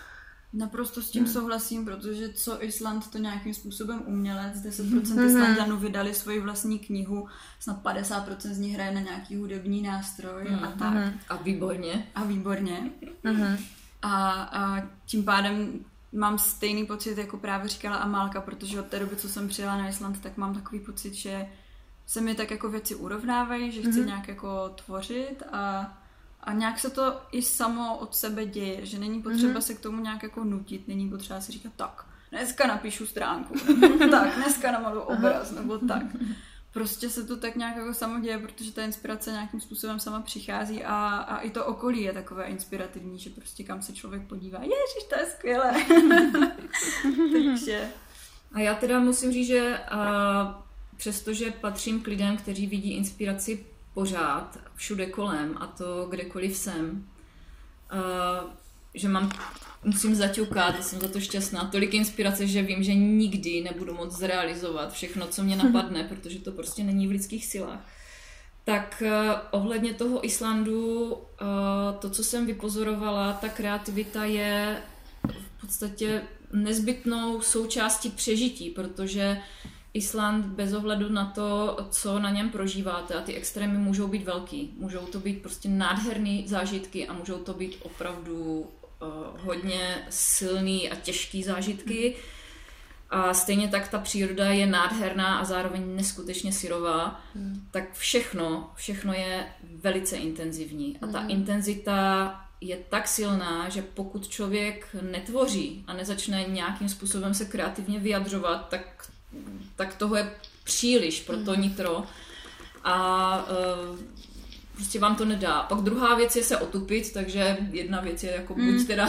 Naprosto s tím hmm. souhlasím, protože co Island to nějakým způsobem umělec, deset procent hmm. Islanďanů vydali svoji vlastní knihu, snad padesát procent z nich hraje na nějaký hudební nástroj hmm. a tak. Hmm. A výborně. A výborně. Hmm. A, a tím pádem mám stejný pocit, jako právě říkala Amálka, protože od té doby, co jsem přijela na Island, tak mám takový pocit, že se mi tak jako věci urovnávají, že chci hmm. nějak jako tvořit a A nějak se to i samo od sebe děje, že není potřeba mm-hmm. se k tomu nějak jako nutit, není potřeba si říkat, tak, dneska napíšu stránku, tak, dneska namaluju obraz, nebo tak. Prostě se to tak nějak jako samo děje, protože ta inspirace nějakým způsobem sama přichází a, a i to okolí je takové inspirativní, že prostě kam se člověk podívá, ježiš, to je skvělé. Takže... A já teda musím říct, že a, přestože patřím k lidem, kteří vidí inspiraci pořád, všude kolem a to kdekoliv jsem, uh, že mám, musím zaťukat, jsem za to šťastná, tolik inspirace, že vím, že nikdy nebudu moc zrealizovat všechno, co mě napadne, protože to prostě není v lidských silách. Tak uh, ohledně toho Islandu, uh, to, co jsem vypozorovala, ta kreativita je v podstatě nezbytnou součástí přežití, protože Island bez ohledu na to, co na něm prožíváte, a ty extrémy můžou být velký. Můžou to být prostě nádherný zážitky a můžou to být opravdu uh, hodně silný a těžký zážitky. A stejně tak ta příroda je nádherná a zároveň neskutečně syrová. Hmm. Tak všechno, všechno je velice intenzivní. A ta hmm. intenzita je tak silná, že pokud člověk netvoří a nezačne nějakým způsobem se kreativně vyjadřovat, tak tak toho je příliš pro to nitro a uh, prostě vám to nedá. Pak druhá věc je se otupit, takže jedna věc je jako mm. buď teda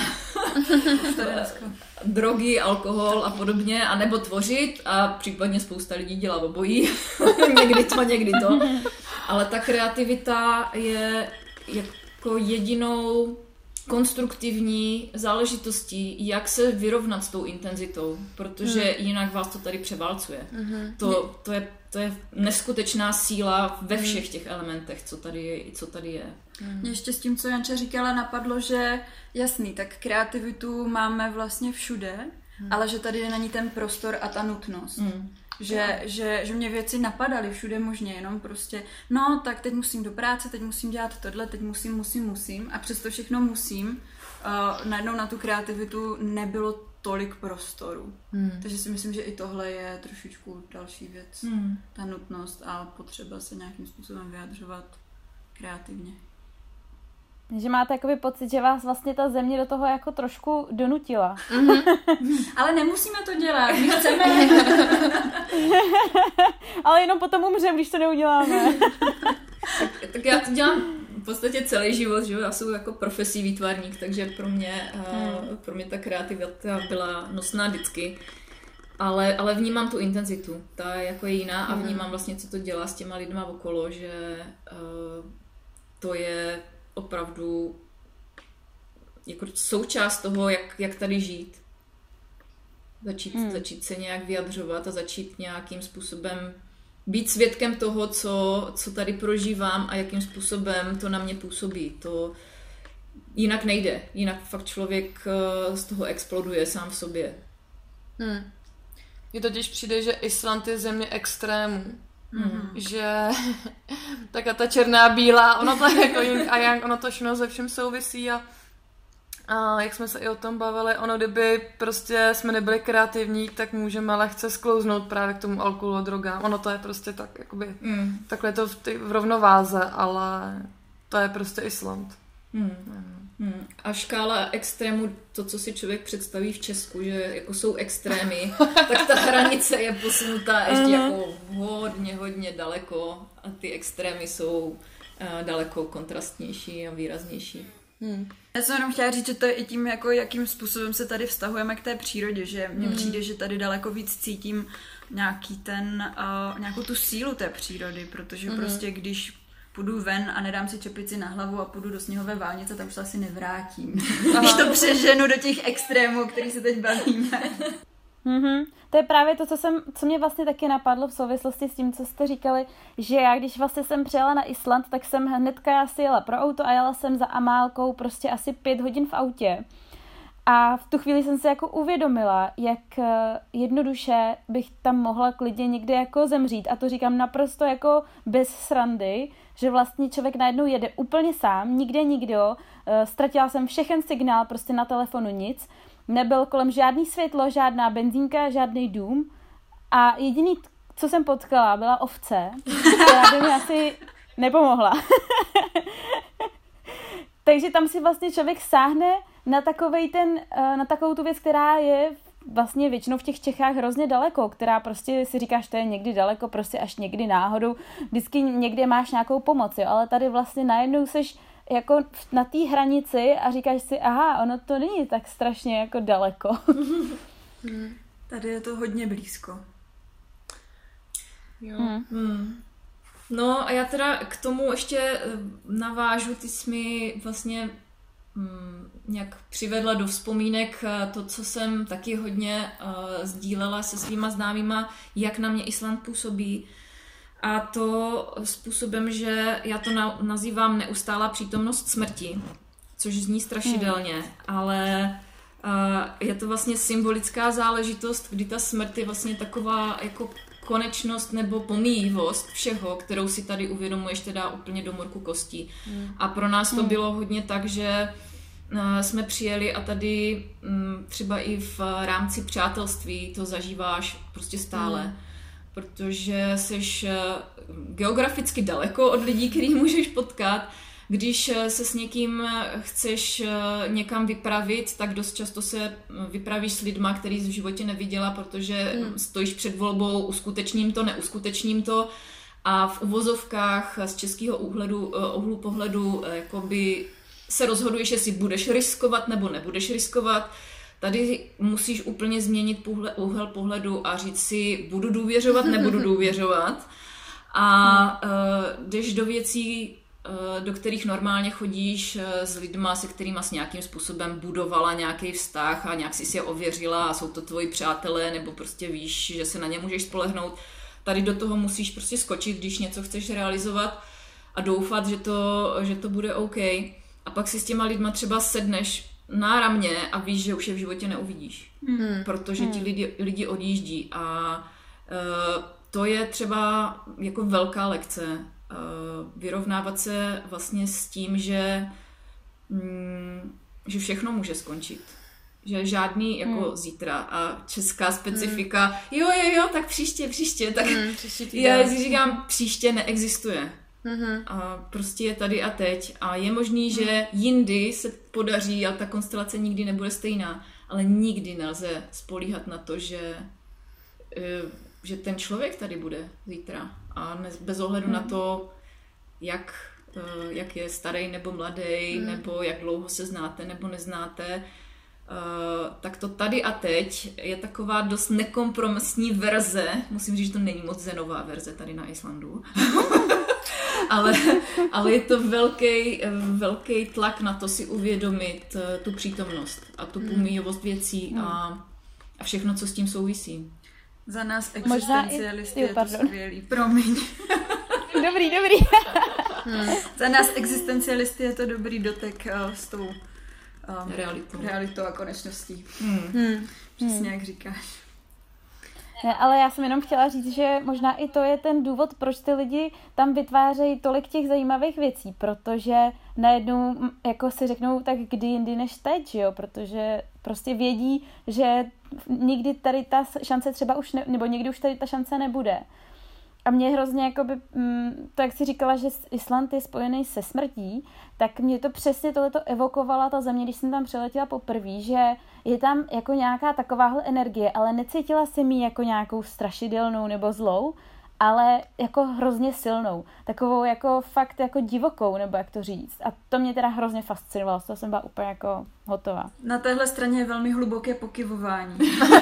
drogy, alkohol a podobně, anebo tvořit a případně spousta lidí dělá obojí. Někdy to, někdy to. Ale ta kreativita je jako jedinou konstruktivní záležitostí, jak se vyrovnat s tou intenzitou, protože hmm. jinak vás to tady převálcuje. Hmm. To, to, je, to je neskutečná síla ve všech těch elementech, co tady je i co tady je. Hmm. Ještě s tím, co Janča říkala, napadlo, že jasný, tak kreativitu máme vlastně všude, hmm. ale že tady není ten prostor a ta nutnost. Hmm. Že, že, že mě věci napadaly všude možně, jenom prostě, no tak teď musím do práce, teď musím dělat tohle, teď musím, musím, musím a přesto všechno musím, uh, najednou na tu kreativitu nebylo tolik prostoru. Hmm. Takže si myslím, že i tohle je trošičku další věc. Hmm. Ta nutnost a potřeba se nějakým způsobem vyjadřovat kreativně. Že máte jakoby pocit, že vás vlastně ta země do toho jako trošku donutila. Mm-hmm. Ale nemusíme to dělat, my chceme. Ale jenom potom umřem, když to neuděláme. tak, tak já to dělám v podstatě celý život, že jo? Já jsem jako profesí výtvarník, takže pro mě, hmm. uh, pro mě ta kreativita byla nosná vždycky. Ale, ale vnímám tu intenzitu, ta jako je jiná a vnímám vlastně, co to dělá s těma lidma okolo, že uh, to je opravdu jako součást toho, jak, jak tady žít. Začít, hmm. začít se nějak vyjadřovat a začít nějakým způsobem být svědkem toho, co, co tady prožívám a jakým způsobem to na mě působí. To jinak nejde. Jinak fakt člověk z toho exploduje sám v sobě. Hmm. Mně totiž přijde, že Island je země extrémů. Mm. Že taká ta černá bílá, ono to je jako yin a yang, ono to všechno ze všem souvisí a, a jak jsme se i o tom bavili, ono kdyby prostě jsme nebyli kreativní, tak můžeme lehce sklouznout právě k tomu alkoholu a drogám. Ono to je prostě tak, jakoby, mm. takhle je to v, ty, v rovnováze, ale to je prostě Island. Mm. Mm. Hmm. A škála extrému, to, co si člověk představí v Česku, že jako jsou extrémy, tak ta hranice je posunutá ještě jako hodně, hodně daleko a ty extrémy jsou uh, daleko kontrastnější a výraznější. Hmm. Já jsem jenom chtěla říct, že to je i tím, jako, jakým způsobem se tady vztahujeme k té přírodě, že mně hmm. přijde, že tady daleko víc cítím nějaký ten, uh, nějakou tu sílu té přírody, protože hmm. prostě když půjdu ven a nedám si čepici na hlavu a půjdu do sněhové válnice, tam už se asi nevrátím. Když to přeženu do těch extrémů, o kterých se teď bavíme. Mm-hmm. To je právě to, co, jsem, co mě vlastně taky napadlo v souvislosti s tím, co jste říkali, že já, když vlastně jsem přijela na Island, tak jsem hnedka si jela pro auto a jela jsem za Amálkou prostě asi pět hodin v autě. A v tu chvíli jsem se jako uvědomila, jak jednoduše bych tam mohla klidně někde jako zemřít. A to říkám naprosto jako bez srandy, že vlastně člověk najednou jede úplně sám, nikde nikdo, ztratila jsem všechen signál, prostě na telefonu nic, nebyl kolem žádný světlo, žádná benzínka, žádný dům a jediný, co jsem potkala, byla ovce, která by mi asi nepomohla. Takže tam si vlastně člověk sáhne na takovej ten, na takovou tu věc, která je vlastně většinou v těch Čechách hrozně daleko, která prostě si říkáš, to je někdy daleko, prostě až někdy náhodou, vždycky někde máš nějakou pomoc, jo, ale tady vlastně najednou seš jako na té hranici a říkáš si, aha, ono to není tak strašně jako daleko. Hmm. Tady je to hodně blízko. Jo. Hmm. Hmm. No a já teda k tomu ještě navážu, ty jsi mi vlastně hmm, nějak přivedla do vzpomínek to, co jsem taky hodně uh, sdílela se svýma známýma, jak na mě Island působí. A to způsobem, že já to na, nazývám neustálá přítomnost smrti, což zní strašidelně, hmm. ale uh, je to vlastně symbolická záležitost, kdy ta smrt je vlastně taková jako konečnost nebo pomíjivost všeho, kterou si tady uvědomuješ, teda úplně do morku kostí. Hmm. A pro nás to hmm. bylo hodně tak, že uh, jsme přijeli a tady um, třeba i v rámci přátelství to zažíváš prostě stále. Hmm. Protože jsi geograficky daleko od lidí, který můžeš potkat. Když se s někým chceš někam vypravit, tak dost často se vypravíš s lidma, který jsi v životě neviděla, protože hmm. stojíš před volbou, uskutečním to, neuskutečním to. A v uvozovkách z českého úhledu, úhlu pohledu jakoby se rozhoduješ, jestli budeš riskovat nebo nebudeš riskovat. Tady musíš úplně změnit pohled, úhel pohledu a říct si, budu důvěřovat, nebudu důvěřovat. A uh, jdeš do věcí, uh, do kterých normálně chodíš uh, s lidma, se kterými jsi nějakým způsobem budovala nějaký vztah a nějak jsi si je ověřila a jsou to tvoji přátelé, nebo prostě víš, že se na ně můžeš spolehnout. Tady do toho musíš prostě skočit, když něco chceš realizovat a doufat, že to, že to bude OK. A pak si s těma lidma třeba sedneš náramně a víš, že už je v životě neuvidíš. Hmm. Protože ti lidi, lidi odjíždí a uh, to je třeba jako velká lekce. Uh, vyrovnávat se vlastně s tím, že, mm, že všechno může skončit. Že žádný jako hmm. zítra a česká specifika hmm. jo, jo, jo, tak příště, příště. Tak hmm, příště já si říkám, příště neexistuje. Mm-hmm. A prostě je tady a teď a je možný, že jindy se podaří a ta konstelace nikdy nebude stejná, ale nikdy nelze spolíhat na to, že, že ten člověk tady bude zítra a bez ohledu mm. na to, jak, jak je starý nebo mladý, mm. nebo jak dlouho se znáte nebo neznáte, tak to tady a teď je taková dost nekompromisní verze, musím říct, že to není moc zenová verze tady na Islandu. ale, ale je to velký, velký tlak na to si uvědomit tu přítomnost a tu pomíjivost věcí a, a všechno, co s tím souvisí. Za nás existencialisty je to skvělý. Promiň. Dobrý, dobrý. hmm. Za nás existencialisty je to dobrý dotek uh, s tou um, realitou. realitou a konečností. Hmm. Hmm. Přesně hmm. jak říkáš. Ne, ale já jsem jenom chtěla říct, že možná i to je ten důvod, proč ty lidi tam vytvářejí tolik těch zajímavých věcí, protože najednou jako si řeknou, tak kdy jindy než teď, že jo, protože prostě vědí, že nikdy tady ta šance třeba už ne, nebo někdy už tady ta šance nebude. A mě hrozně, jakoby, to jak jsi říkala, že Island je spojený se smrtí, tak mě to přesně tohleto evokovala ta země, když jsem tam přiletěla poprvé, že je tam jako nějaká takováhle energie, ale necítila jsem ji jako nějakou strašidelnou nebo zlou, ale jako hrozně silnou. Takovou jako fakt jako divokou, nebo jak to říct. A to mě teda hrozně fascinovalo, z toho jsem byla úplně jako hotová. Na téhle straně je velmi hluboké pokyvování.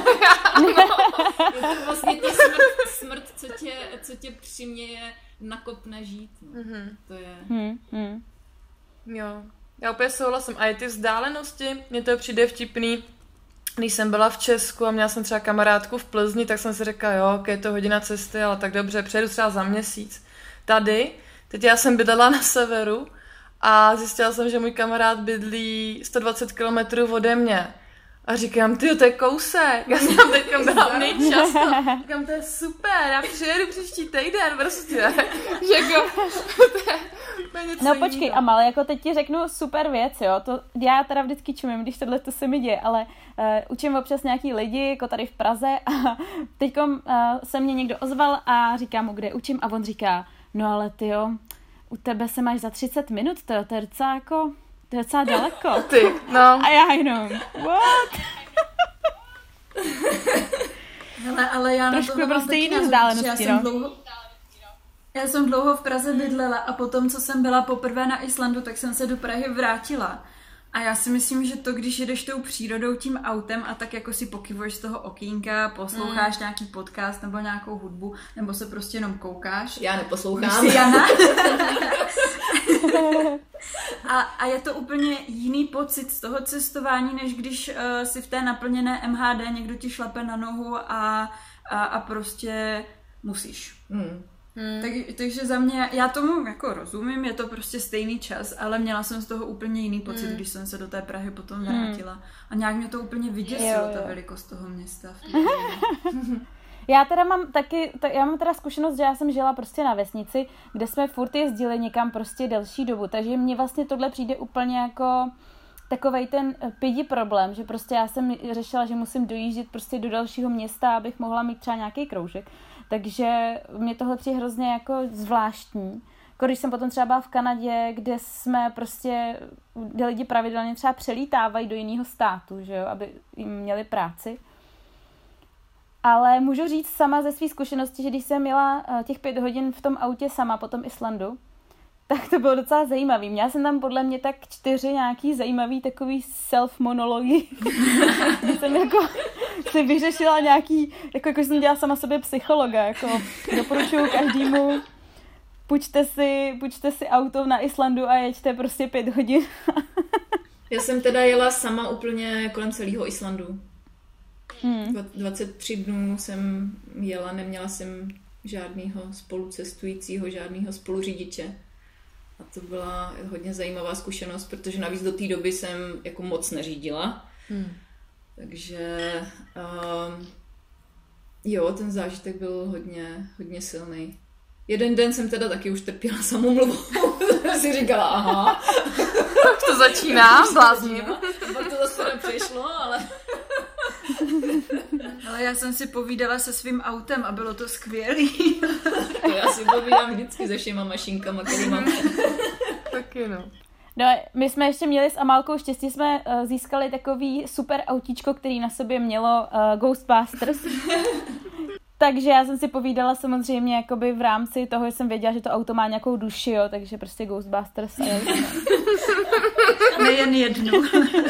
Je to vlastně ta smrt, smrt co, tě, co tě přiměje nakopne žít. No. Mm-hmm. To je... Hmm, hmm. Jo, já úplně souhlasím. A i ty vzdálenosti, mně to přijde vtipný. Když jsem byla v Česku a měla jsem třeba kamarádku v Plzni, tak jsem si řekla, jo, ok, je to hodina cesty, ale tak dobře, přejdu třeba za měsíc. Tady, teď já jsem bydlela na severu a zjistila jsem, že můj kamarád bydlí sto dvacet kilometrů ode mě. A říkám, tyjo, to je kousek, já jsem tam teďka byla nejčasto. Říkám, to je super, já přijedu příští týden, prostě. Jako, to je, to je něco no počkej, jiného. Amal, jako teď ti řeknu super věc, jo, to já teda vždycky čumím, když tohle to se mi děje, ale uh, učím občas nějaký lidi, jako tady v Praze a teďkom uh, se mě někdo ozval a říká mu, kde učím a on říká, no ale tyjo, u tebe se máš za třicet minut, to, to je docela jako... To je docela daleko. Ty, no. A já jenom, what? Hele, ale já trošku na tohle prostě mám jiný taky vzdálenosti, já jsem no. Dlouho, já jsem dlouho v Praze bydlela a potom, co jsem byla poprvé na Islandu, tak jsem se do Prahy vrátila. A já si myslím, že to, když jedeš tou přírodou tím autem a tak jako si pokyvuješ z toho okýnka, posloucháš mm. nějaký podcast nebo nějakou hudbu, nebo se prostě jenom koukáš. Já neposlouchám. Jana. a, a je to úplně jiný pocit z toho cestování, než když uh, si v té naplněné M H D někdo ti šlape na nohu a, a, a prostě musíš. Mm. Hmm. Tak, takže za mě, já tomu jako rozumím, je to prostě stejný čas, ale měla jsem z toho úplně jiný pocit, hmm. když jsem se do té Prahy potom vrátila. Hmm. A nějak mě to úplně vyděsilo, jo, jo. ta velikost toho města. Já teda mám taky, ta, já mám teda zkušenost, že já jsem žila prostě na vesnici, kde jsme furt jezdili někam prostě delší dobu, takže mně vlastně tohle přijde úplně jako takovej ten pidi problém, že prostě já jsem řešila, že musím dojíždět prostě do dalšího města, abych mohla mít třeba nějaký kroužek. Takže mě tohle přijde hrozně jako zvláštní. Jako když jsem potom třeba byla v Kanadě, kde jsme prostě, kde lidi pravidelně třeba přelítávají do jiného státu, že jo, aby jim měli práci. Ale můžu říct sama ze své zkušenosti, že když jsem měla těch pět hodin v tom autě sama po tom Islandu, tak to bylo docela zajímavý. Měla jsem tam podle mě tak čtyři nějaký zajímavý takový self-monology. jsem jako si vyřešila nějaký, jako, jako jsem dělala sama sobě psychologa, jako doporučuju každému, půjčte si, půjčte si auto na Islandu a jeďte prostě pět hodin. Já jsem teda jela sama úplně kolem celého Islandu. Hmm. dvacet tři dnů jsem jela, neměla jsem žádného spolucestujícího, žádného spoluřidiče. A to byla hodně zajímavá zkušenost, protože navíc do té doby jsem jako moc neřídila. Hmm. Takže um, jo, ten zážitek byl hodně, hodně silný. Jeden den jsem teda taky už trpěla samoumluvou. si říkala, aha. Tak to začíná, blázním. Pak to zase nepřišlo, ale... Ale já jsem si povídala se svým autem a bylo to skvělý. To já si povídám vždycky se všema mašinkama, který mám. Taky no. No, my jsme ještě měli s Amálkou štěstí, jsme uh, získali takový super autíčko, který na sobě mělo uh, Ghostbusters. Takže já jsem si povídala samozřejmě jakoby v rámci toho, že jsem věděla, že to auto má nějakou duši, jo, takže prostě Ghostbusters. A jo, nejen jednu.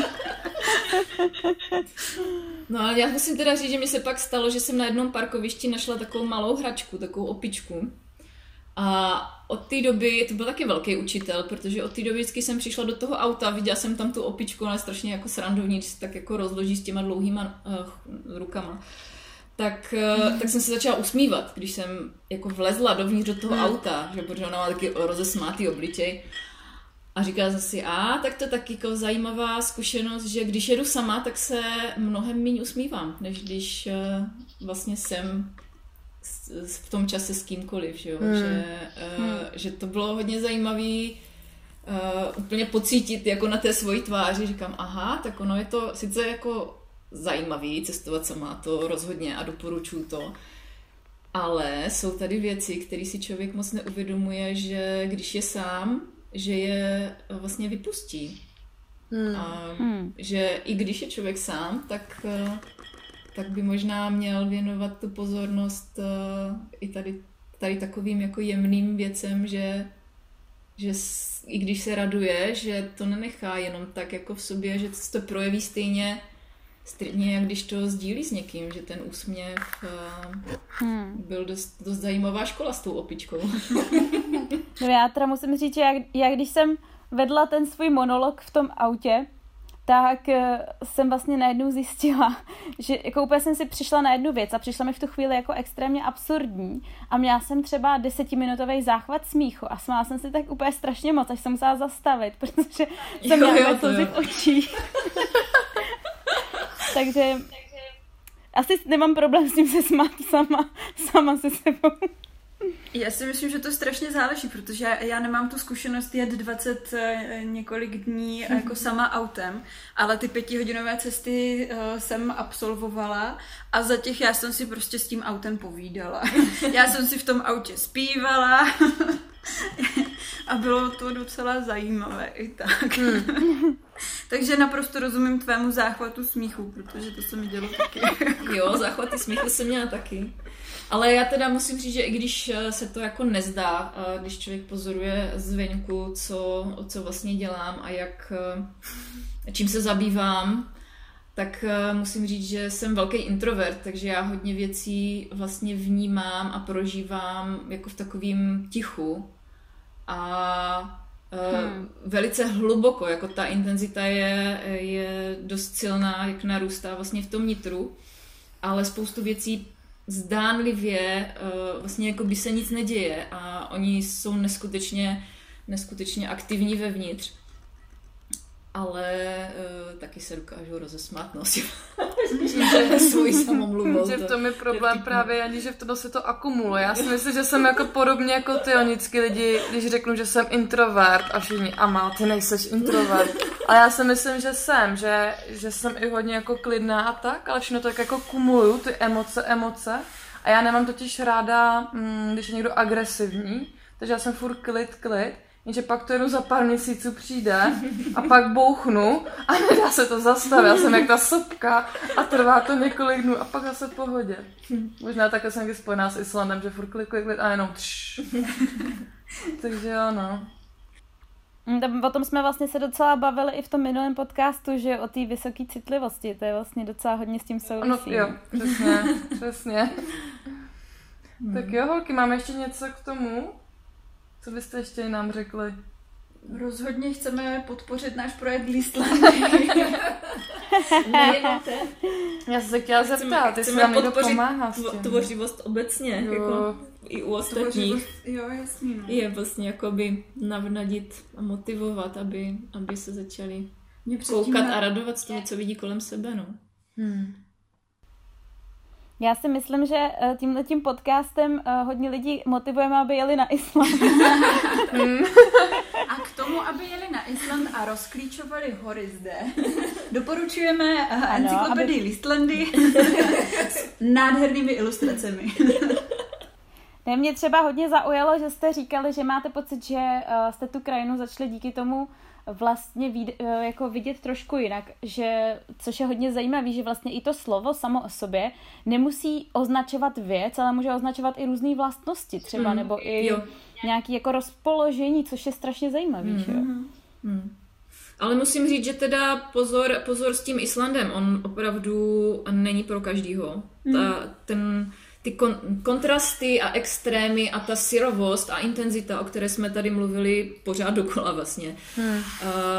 No ale já musím teda říct, že mi se pak stalo, že jsem na jednom parkovišti našla takovou malou hračku, takovou opičku. A od té doby, to byl taky velký učitel, protože od té doby vždycky jsem přišla do toho auta, viděla jsem tam tu opičku, ale strašně jako srandovní, když se tak jako rozloží s těma dlouhýma uh, rukama. Tak, uh, tak jsem se začala usmívat, když jsem jako vlezla dovnitř do toho auta, že protože ona má taky rozesmátý obličej. A říkala jsem si, a tak to je taky jako zajímavá zkušenost, že když jedu sama, tak se mnohem méně usmívám, než když uh, vlastně jsem v tom čase s kýmkoliv, že, jo? Hmm. Že, uh, hmm. že to bylo hodně zajímavý uh, úplně pocítit jako na té svojí tváři, říkám, aha, tak ono je to sice jako zajímavý cestovat sama, to rozhodně a doporučuji to, ale jsou tady věci, které si člověk moc neuvědomuje, že když je sám, že je vlastně vypustí. Hmm. A hmm. že i když je člověk sám, tak, tak by možná měl věnovat tu pozornost i tady, tady takovým jako jemným věcem, že, že i když se raduje, že to nenechá jenom tak jako v sobě, že to projeví stejně stejně, jak když to sdílí s někým, že ten úsměv hmm. byl dost, dost zajímavá škola s tou opičkou. No já teda musím říct, že já, já když jsem vedla ten svůj monolog v tom autě, tak uh, jsem vlastně najednou zjistila, že jako úplně jsem si přišla na jednu věc a přišla mi v tu chvíli jako extrémně absurdní a měla jsem třeba desetiminutový záchvat smíchu a smála jsem si tak úplně strašně moc, až jsem musela zastavit, protože jsem měla slzy v očích. takže asi nemám problém s tím se smát sama, sama se sebou. Já si myslím, že to strašně záleží, protože já, já nemám tu zkušenost jet dvacet několik dní jako sama autem, ale ty pětihodinové cesty uh, jsem absolvovala a za těch já jsem si prostě s tím autem povídala. Já jsem si v tom autě zpívala a bylo to docela zajímavé i tak. Hmm. Takže naprosto rozumím tvému záchvatu smíchu, protože to se mi dělo taky. Jo, záchvaty smíchu jsem měla taky. Ale já teda musím říct, že i když se to jako nezdá, když člověk pozoruje zvenku, co, co vlastně dělám a jak, čím se zabývám, tak musím říct, že jsem velký introvert, takže já hodně věcí vlastně vnímám a prožívám jako v takovém tichu. A hmm. velice hluboko, jako ta intenzita je, je dost silná, jak narůstá vlastně v tom nitru, ale spoustu věcí zdánlivě vlastně jako by se nic neděje a oni jsou neskutečně, neskutečně aktivní vevnitř. Ale uh, taky se dokážu rozesmát, no, si svojí samomluvou. Že v tom je problém je právě ani, že v tom se to akumuluje. Já si myslím, že jsem jako podobně jako ty onický lidi, když řeknu, že jsem introvert a všichni, Ama, ty nejseš introvert. A já si myslím, že jsem, že, že jsem i hodně jako klidná a tak, ale všechno tak jako kumuluju, ty emoce, emoce. A já nemám totiž ráda, mm, když je někdo agresivní, takže já jsem furt klid, klid. Jenže pak to jenom za pár měsíců přijde a pak bouchnu a nedá se to zastavit. Já jsem jak ta sopka a trvá to několik dnů a pak zase v pohodě. Možná takhle jsem někdy spojená s Islandem, že furt klik, klik, klik a jenom třš. Takže jo, no. O tom jsme vlastně se docela bavili i v tom minulém podcastu, že o té vysoké citlivosti, to je vlastně docela hodně s tím souvisí. No, jo, přesně, přesně. Hmm. Tak jo, holky, máme ještě něco k tomu? Co byste ještě nám řekli? Rozhodně chceme podpořit náš projekt Listlandy. Já se chtěla zeptat, jestli nám někdo pomáhá s tím. Tvořivost obecně, jo. Jako i u ostatních. Jo, jasný. No. Je vlastně jakoby navnadit a motivovat, aby, aby se začali koukat na... a radovat z toho, co vidí kolem sebe. No. Hmm. Já si myslím, že tímhletím podcastem hodně lidí motivujeme, aby jeli na Island. A k tomu, aby jeli na Island a rozklíčovali hory zde, doporučujeme encyklopedii aby... Listlandy s nádhernými ilustracemi. Ne, mě třeba hodně zaujalo, že jste říkali, že máte pocit, že jste tu krajinu začali díky tomu vlastně vid, jako vidět trošku jinak, že, což je hodně zajímavé, že vlastně i to slovo samo o sobě nemusí označovat věc, ale může označovat i různé vlastnosti třeba, mm, nebo i jo. nějaké jako rozpoložení, což je strašně zajímavý. Mm, že jo? Mm. Ale musím říct, že teda pozor, pozor s tím Islandem, on opravdu není pro každýho. Mm. Ta, ten... Ty kon- kontrasty a extrémy a ta syrovost a intenzita, o které jsme tady mluvili pořád dokola vlastně, hmm. uh,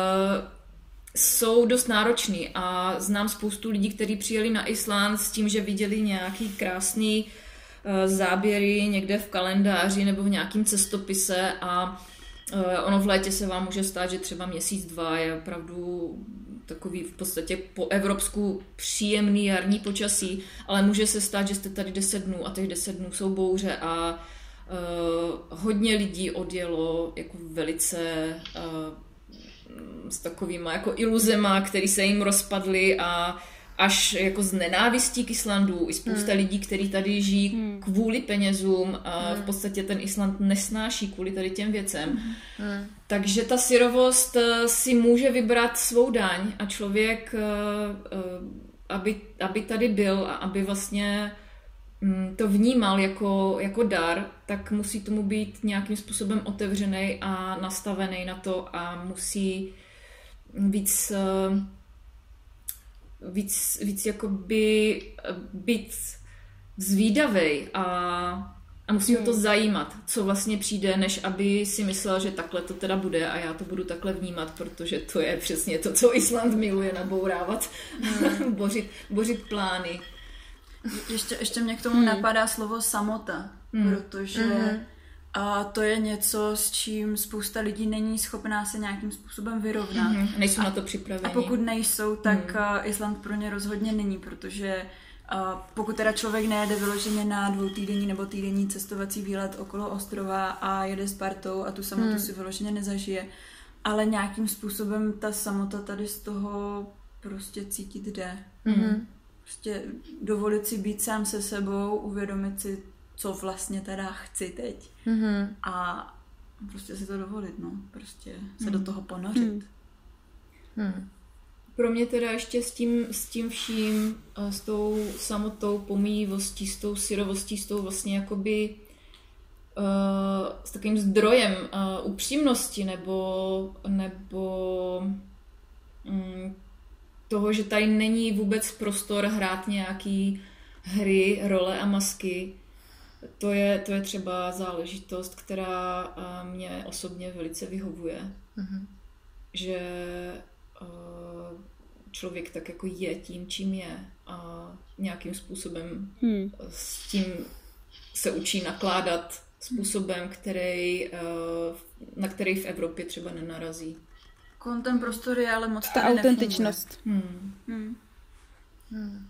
jsou dost náročný a znám spoustu lidí, kteří přijeli na Island s tím, že viděli nějaký krásný uh, záběry někde v kalendáři nebo v nějakém cestopise a uh, ono v létě se vám může stát, že třeba měsíc, dva je opravdu takový v podstatě po evropsku příjemný jarní počasí, ale může se stát, že jste tady deset dnů a těch deset dnů jsou bouře a uh, hodně lidí odjelo jako velice uh, s takovýma jako iluzema, který se jim rozpadly a až jako z nenávistí k Islandu. I spousta hmm. lidí, kteří tady žijí hmm. kvůli penězům a hmm. v podstatě ten Island nesnáší kvůli tady těm věcem. Hmm. Takže ta syrovost si může vybrat svou daň a člověk, aby, aby tady byl a aby vlastně to vnímal jako, jako dar, tak musí tomu být nějakým způsobem otevřený a nastavený na to a musí víc... víc, víc jakoby být zvídavej a, a musí ho to zajímat, co vlastně přijde, než aby si myslel, že takhle to teda bude a já to budu takhle vnímat, protože to je přesně to, co Island miluje, nabourávat, hmm. bořit, bořit plány. Ještě, ještě mě k tomu hmm. napadá slovo samota, hmm. protože hmm. A to je něco, s čím spousta lidí není schopná se nějakým způsobem vyrovnat. Mm-hmm. Nejsou a, na to připraveni. A pokud nejsou, tak mm. Island pro ně rozhodně není, protože uh, pokud teda člověk nejede vyloženě na dvoutýdenní nebo týdenní cestovací výlet okolo ostrova a jede s partou a tu samotu mm. si vyloženě nezažije, ale nějakým způsobem ta samota tady z toho prostě cítit jde. Mm. Prostě dovolit si být sám se sebou, uvědomit si, co vlastně teda chci teď. Mm-hmm. A prostě si to dovolit, no. Prostě se mm. do toho ponořit. Mm. Mm. Pro mě teda ještě s tím, s tím vším, s tou samotou, pomíjivostí, s tou syrovostí, s tou vlastně jakoby uh, s takovým zdrojem uh, upřímnosti nebo, nebo um, toho, že tady není vůbec prostor hrát nějaký hry, role a masky. To je, to je třeba záležitost, která uh, mě osobně velice vyhovuje. Mm-hmm. Že uh, člověk tak jako je tím, čím je a nějakým způsobem hmm. s tím se učí nakládat způsobem, který, uh, na který v Evropě třeba nenarazí. Ten prostor je ale moc ta autentičnost. Hmm. Hmm. Hmm.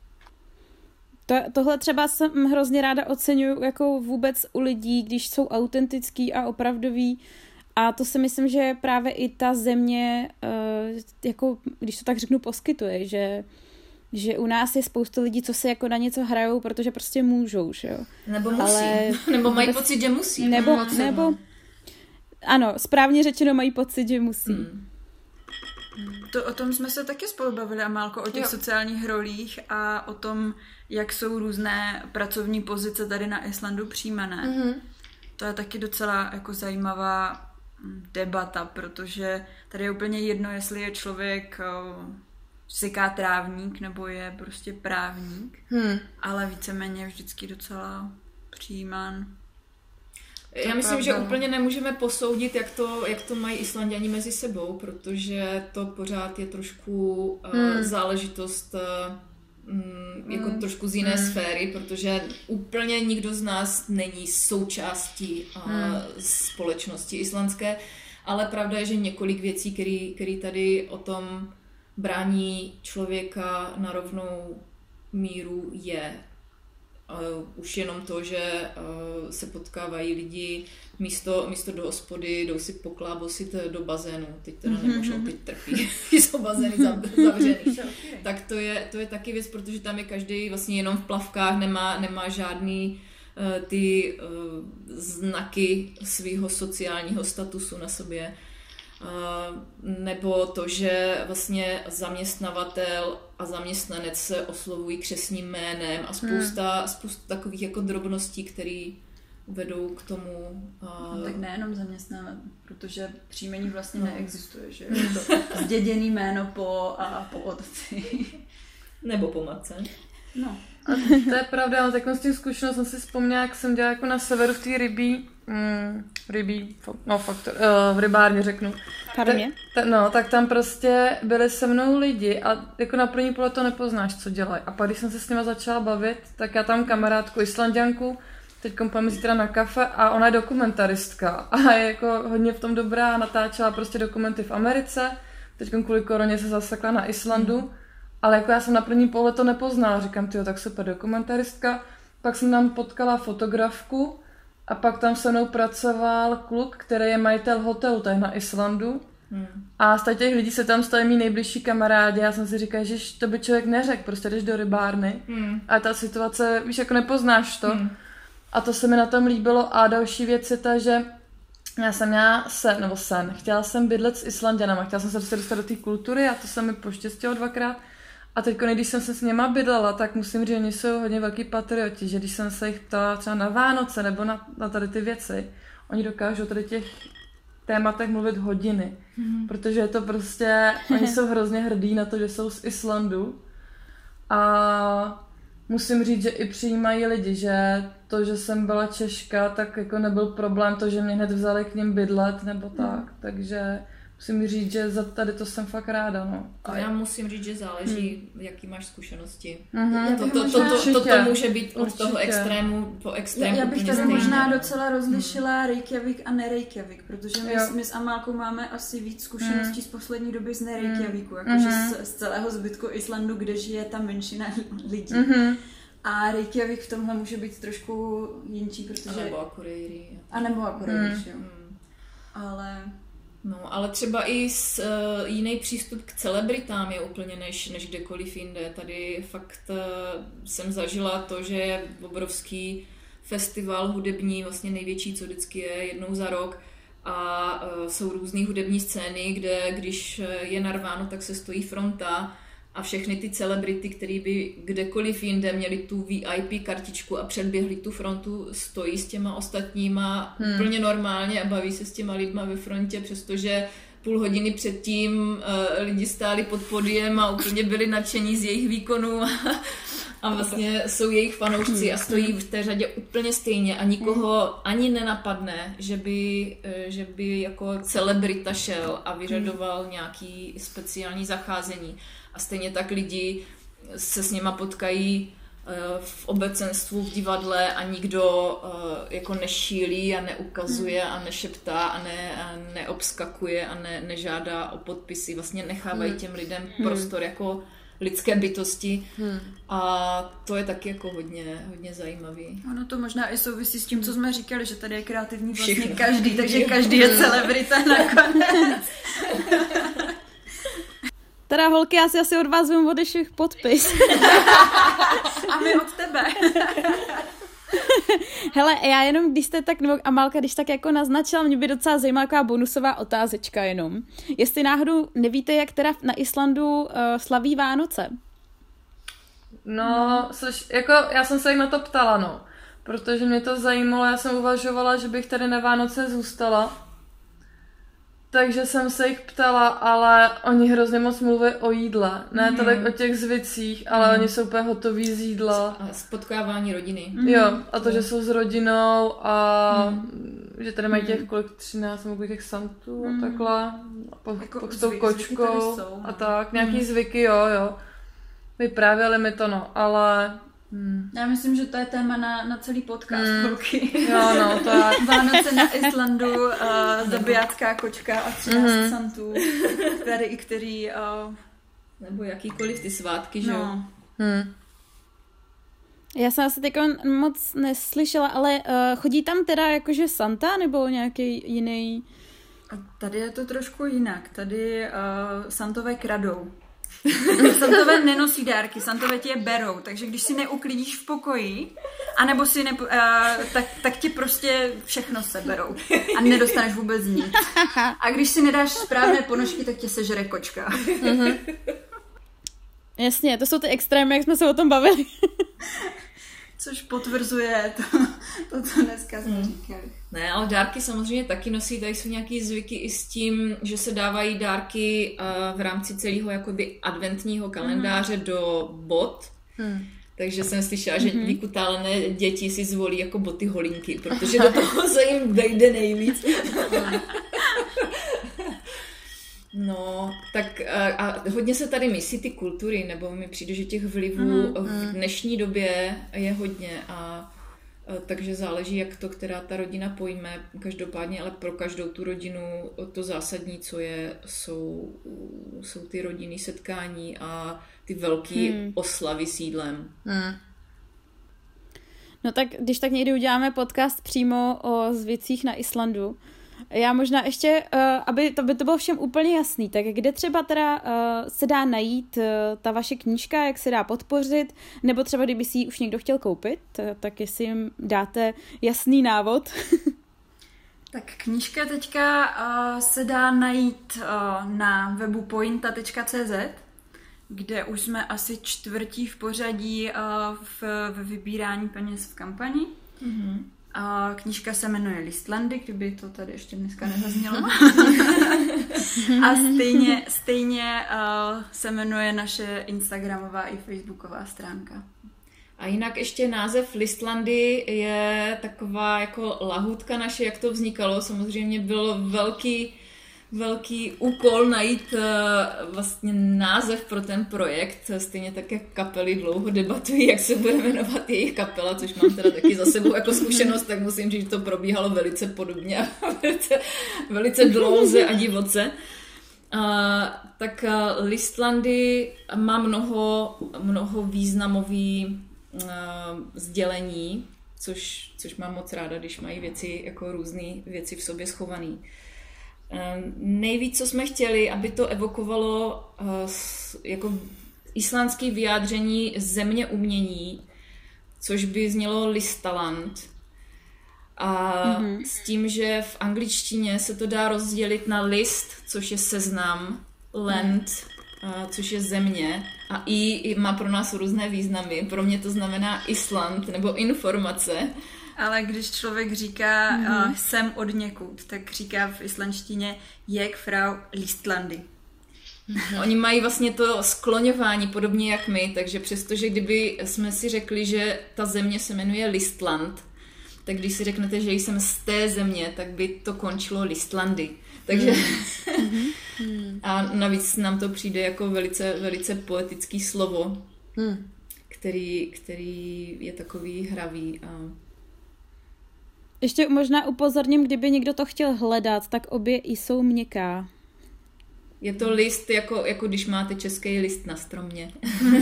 To, tohle třeba jsem hrozně ráda oceňuju jako vůbec u lidí, když jsou autentický a opravdoví. A to si myslím, že právě i ta země, jako, když to tak řeknu, poskytuje, že, že u nás je spousta lidí, co se jako na něco hrajou, protože prostě můžou, že jo. Nebo musí. Ale... nebo mají pocit, že musí. Nebo, hmm. nebo ano, správně řečeno mají pocit, že musí. Hmm. To, o tom jsme se taky spolu bavili, Amálko, o těch jo. sociálních rolích a o tom, jak jsou různé pracovní pozice tady na Islandu přijímané. Mm-hmm. To je taky docela jako zajímavá debata, protože tady je úplně jedno, jestli je člověk syká trávník nebo je prostě právník, hmm. ale víceméně vždycky docela přijímán. Já myslím, pravda. Že úplně nemůžeme posoudit, jak to, jak to mají Islanďani mezi sebou, protože to pořád je trošku hmm. uh, záležitost uh, jako hmm. trošku z jiné hmm. sféry, protože úplně nikdo z nás není součástí uh, hmm. společnosti islandské, ale pravda je, že několik věcí, které tady o tom brání člověka na rovnou míru je. Uh, už jenom to, že uh, se potkávají lidi místo, místo do hospody, jdou si poklábosit do bazénu, teď teda nemůžou, teď trpí, jsou bazény zavřený. Tak to je, to je taky věc, protože tam je každý vlastně jenom v plavkách, nemá, nemá žádný uh, ty uh, znaky svého sociálního statusu na sobě. Uh, nebo to, že vlastně zaměstnavatel a zaměstnanec se oslovují křestním jménem a spousta, hmm. spousta takových jako drobností, které vedou k tomu. Uh... No, tak nejenom zaměstnávat, protože příjmení vlastně no. neexistuje, že je to zděděný jméno po a po otci. Nebo po matce. No. A to je pravda, ale takovou s tím zkušenost jsem si vzpomněla, jak jsem dělala jako na severu v té rybí, mm, rybí, no faktor, uh, v rybárně řeknu. Farmě? Ta, ta, no, tak tam prostě byli se mnou lidi a jako na první pohled to nepoznáš, co dělají. A pak, když jsem se s nima začala bavit, tak já tam kamarádku Islanďanku, teď půjdeme zítra na kafe a ona je dokumentaristka a je jako hodně v tom dobrá, natáčela prostě dokumenty v Americe, teď kvůli koroně se zasekla na Islandu. Hmm. Ale jako já jsem na první pohled to nepoznala, říkám, tyjo, tak super dokumentaristka. Pak jsem tam potkala fotografku a pak tam se mnou pracoval kluk, který je majitel hotelu tady na Islandu. Hmm. A z těch lidí se tam staví mý nejbližší kamarádi. Já jsem si říkala, že to by člověk neřekl, prostě jdeš do rybárny. Hmm. A ta situace, víš, jako nepoznáš to. Hmm. A to se mi na tom líbilo. A další věc je ta, že já jsem měla sen, nebo sen, chtěla jsem bydlet s Islanďanama, chtěla jsem se prostě dostat do té kultury a to se mi poštěstilo dvakrát. A teď, když jsem se s něma bydlela, tak musím říct, že oni jsou hodně velký patrioti, že když jsem se jich ptala třeba na Vánoce nebo na, na tady ty věci, oni dokážou tady těch tématech mluvit hodiny, mm. protože je to prostě, oni jsou hrozně hrdí na to, že jsou z Islandu a musím říct, že i přijímají lidi, že to, že jsem byla Češka, tak jako nebyl problém to, že mě hned vzali k ním bydlet nebo tak, mm. takže musím říct, že za tady to jsem fakt ráda, no. A já musím říct, že záleží, hmm. jaký máš zkušenosti. Mm-hmm. To, to, to, to, to, to může být od toho extrému po extrému. Já bych tady stejně. možná docela rozlišila hmm. Reykjavik a ne-Reykjavik, protože my, my s Amálkou máme asi víc zkušeností hmm. z poslední doby z ne-Reykjaviku, jakože mm-hmm. z, z celého zbytku Islandu, kde žije ta menšina lidí. Mm-hmm. A Reykjavik v tomhle může být trošku jinčí, protože... A nebo Akureyri. A nebo Akureyri, hmm. jo. Ale... No, ale třeba i s, uh, jiný přístup k celebritám je úplně než, než kdekoliv jinde. Tady fakt uh, jsem zažila to, že je obrovský festival hudební, vlastně největší, co vždycky je, jednou za rok. A uh, jsou různý hudební scény, kde když je narváno, tak se stojí fronta a všechny ty celebrity, který by kdekoliv jinde měli tu V I P kartičku a předběhli tu frontu, stojí s těma ostatníma hmm. úplně normálně a baví se s těma lidma ve frontě, přestože půl hodiny předtím uh, lidi stáli pod podiem a úplně byli nadšení z jejich výkonů a, a vlastně jsou jejich fanoušci a stojí v té řadě úplně stejně a nikoho ani nenapadne, že by, že by jako celebrita šel a vyžadoval nějaký speciální zacházení. A stejně tak lidi se s nima potkají v obecenstvu, v divadle a nikdo jako nešílí a neukazuje a nešeptá a, ne, a neobskakuje a ne, nežádá o podpisy. Vlastně nechávají těm lidem prostor jako lidské bytosti a to je taky jako hodně, hodně zajímavý. Ono to možná i souvisí s tím, co jsme říkali, že tady je kreativní vlastně Všichni. každý, takže každý je celebrita nakonec. Teda holky, já si asi od vás vím odeších podpis. A my od tebe. Hele, já jenom, když jste tak, nebo Amálka, když tak jako naznačila, mě by docela zajímala taková bonusová otázečka jenom. Jestli náhodou nevíte, jak teda na Islandu uh, slaví Vánoce? No, což, jako já jsem se jich na to ptala, no. Protože mě to zajímalo, já jsem uvažovala, že bych tady na Vánoce zůstala. Takže jsem se jich ptala, ale oni hrozně moc mluví o jídle. Ne tolik o těch zvicích, ale mm. oni jsou úplně hotoví z jídla. A spotkávání rodiny. Mm. Jo, a to, že jsou s rodinou a mm. že tady mají těch kolik třináct nebo těch santů mm. a takhle. A pak, jako pak s tou zvyk, kočkou jsou, a tak. Nějaký mm. zvyky, jo, jo. Vyprávěli mi to, no, ale... Hmm. Já myslím, že to je téma na, na celý podcast, hmm. holky. Jo, no, to je... Vánoce na Islandu, uh, zabijácká kočka a třináct mm-hmm. santů, který, který uh... nebo jakýkoliv ty svátky, že jo? No. Hmm. Já jsem asi teď moc neslyšela, ale uh, chodí tam teda jakože Santa nebo nějaký jiný... Tady je to trošku jinak. Tady uh, Santové kradou. Santové nenosí dárky, Santové ti je berou, takže když si neuklidíš v pokoji, anebo si ne, uh, tak, tak ti prostě všechno seberou a nedostaneš vůbec nic. A když si nedáš správné ponožky, tak tě sežere kočka. Mm-hmm. Jasně, to jsou ty extrémy, jak jsme se o tom bavili. Což potvrzuje to, to co dneska jsme hmm. říkali. Ne, ale dárky samozřejmě taky nosí, tady jsou nějaký zvyky i s tím, že se dávají dárky uh, v rámci celého jakoby adventního kalendáře hmm. do bot. Hmm. Takže jsem slyšela, že mm-hmm. vykutálené děti si zvolí jako boty holinky, protože do toho se jim vejde nejvíc. No, tak a, a hodně se tady myslí ty kultury, nebo mi přijde, že těch vlivů mm, v dnešní době je hodně a, a takže záleží, jak to, která ta rodina pojme, každopádně, ale pro každou tu rodinu to zásadní, co je, jsou, jsou ty rodinný setkání a ty velký mm. oslavy s jídlem. Mm. No tak, když tak někdy uděláme podcast přímo o zvicích na Islandu. Já možná ještě, uh, aby to by to bylo všem úplně jasný, tak kde třeba teda uh, se dá najít uh, ta vaše knížka, jak se dá podpořit, nebo třeba kdyby si ji už někdo chtěl koupit, tak jestli jim dáte jasný návod. Tak knížka teďka uh, se dá najít uh, na webu pointa tečka cé zet, kde už jsme asi čtvrtí v pořadí uh, v, v vybírání peněz v kampani. Mm-hmm. A knížka se jmenuje Listlandy, kdyby to tady ještě dneska nezaznělo. A stejně, stejně uh, se jmenuje naše instagramová i facebooková stránka. A jinak ještě název Listlandy je taková jako lahůdka naše, jak to vznikalo. Samozřejmě bylo velký velký úkol najít uh, vlastně název pro ten projekt, stejně tak jak kapely dlouho debatují, jak se bude jmenovat jejich kapela, což mám teda taky za sebou jako zkušenost, tak musím říct, že to probíhalo velice podobně a velice, velice dlouze a divoce. Uh, tak uh, Listlandy má mnoho, mnoho významový uh, sdělení, což, což mám moc ráda, když mají věci jako různé věci v sobě schovaný. Um, nejvíc, co jsme chtěli, aby to evokovalo uh, jako islandské vyjádření země umění, což by znělo Listaland. A mm-hmm. s tím, že v angličtině se to dá rozdělit na list, což je seznam, land, mm. uh, což je země, a i má pro nás různé významy. Pro mě to znamená Island nebo informace. Ale když člověk říká mm-hmm. uh, jsem od někud, tak říká v islandštině jak frau Listlandy. No, oni mají vlastně to skloňování podobně jak my, takže přestože kdyby jsme si řekli, že ta země se jmenuje Listland, tak když si řeknete, že jsem z té země, tak by to končilo Listlandy. Takže mm. a navíc nám to přijde jako velice, velice poetický slovo, mm. který, který je takový hravý. A... Ještě možná upozorním, kdyby někdo to chtěl hledat, tak obě i jsou měkká. Je to list, jako, jako když máte český list na stromě.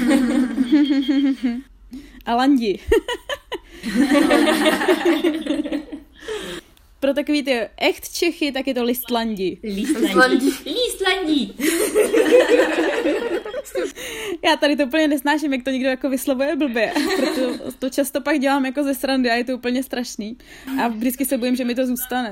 A landi. Pro takový ty echt Čechy, tak je to Listlandi. Listlandi. Listlandi. Já tady to úplně nesnáším, jak to někdo jako vyslovuje blbě. Proto to často pak dělám jako ze srandy a je to úplně strašný. A vždycky se bojím, že mi to zůstane.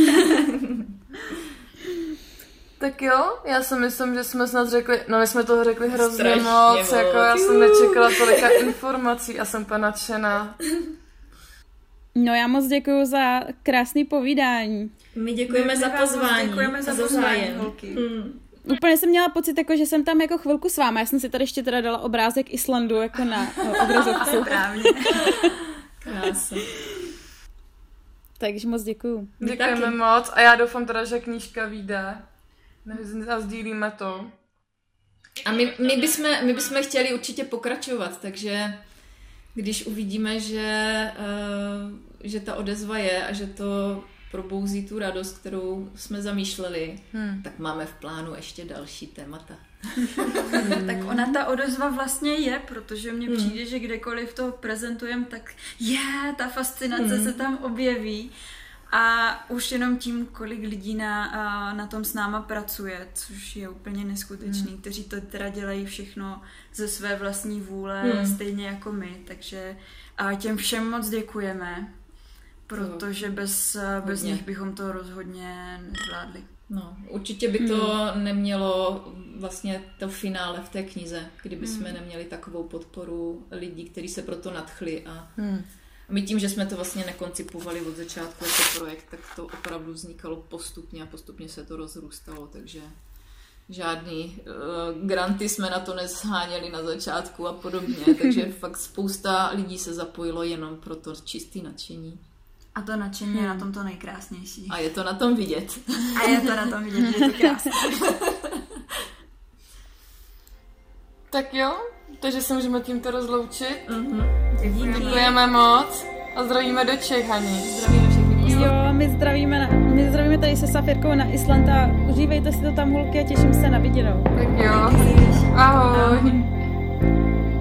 Tak jo, já si myslím, že jsme snad řekli, no my jsme toho řekli hrozně Strašně moc, moc, jako já jsem nečekala tolika informací a jsem úplně nadšená. No já moc děkuju za krásný povídání. My děkujeme my za pozvání. Děkujeme za pozvání, holky. Hmm. Úplně jsem měla pocit, jako, že jsem tam jako chvilku s váma. Já jsem si tady ještě teda dala obrázek Islandu jako na obrazovku. Krásně. Takže moc děkuju. Děkujeme moc a já doufám teda, že knížka vyjde. A sdílíme to. A my, my, bychom, my bychom chtěli určitě pokračovat, takže když uvidíme, že, uh, že ta odezva je a že to probouzí tu radost, kterou jsme zamýšleli, hmm. tak máme v plánu ještě další témata. Tak ona ta odezva vlastně je, protože mně hmm. přijde, že kdekoliv to prezentujem, tak je, yeah, ta fascinace hmm. se tam objeví. A už jenom tím, kolik lidí na, na tom s náma pracuje, což je úplně neskutečný, hmm. kteří to teda dělají všechno ze své vlastní vůle, hmm. stejně jako my, takže a těm všem moc děkujeme, protože bez, bez nich bychom to rozhodně nezvládli. No, určitě by to hmm. nemělo vlastně to finále v té knize, kdyby hmm. jsme neměli takovou podporu lidí, kteří se proto nadchli a hmm. A my tím, že jsme to vlastně nekoncipovali od začátku jako projekt, tak to opravdu vznikalo postupně a postupně se to rozrůstalo, takže žádný uh, granty jsme na to nesháněli na začátku a podobně, takže fakt spousta lidí se zapojilo jenom pro to čistý nadšení. A to nadšení hmm. je na tom to nejkrásnější. A je to na tom vidět. A je to na tom vidět, že je to krásné. Tak jo, takže se můžeme tímto rozloučit. Mm-hmm. Děkujeme. Děkujeme moc a zdravíme do Čech, Hani. Zdravíme všechny. Jo, my zdravíme, na, my zdravíme tady se Safírkou na Island a užívejte si to tam, holky, a těším se na viděnou. Tak jo, ahoj. ahoj.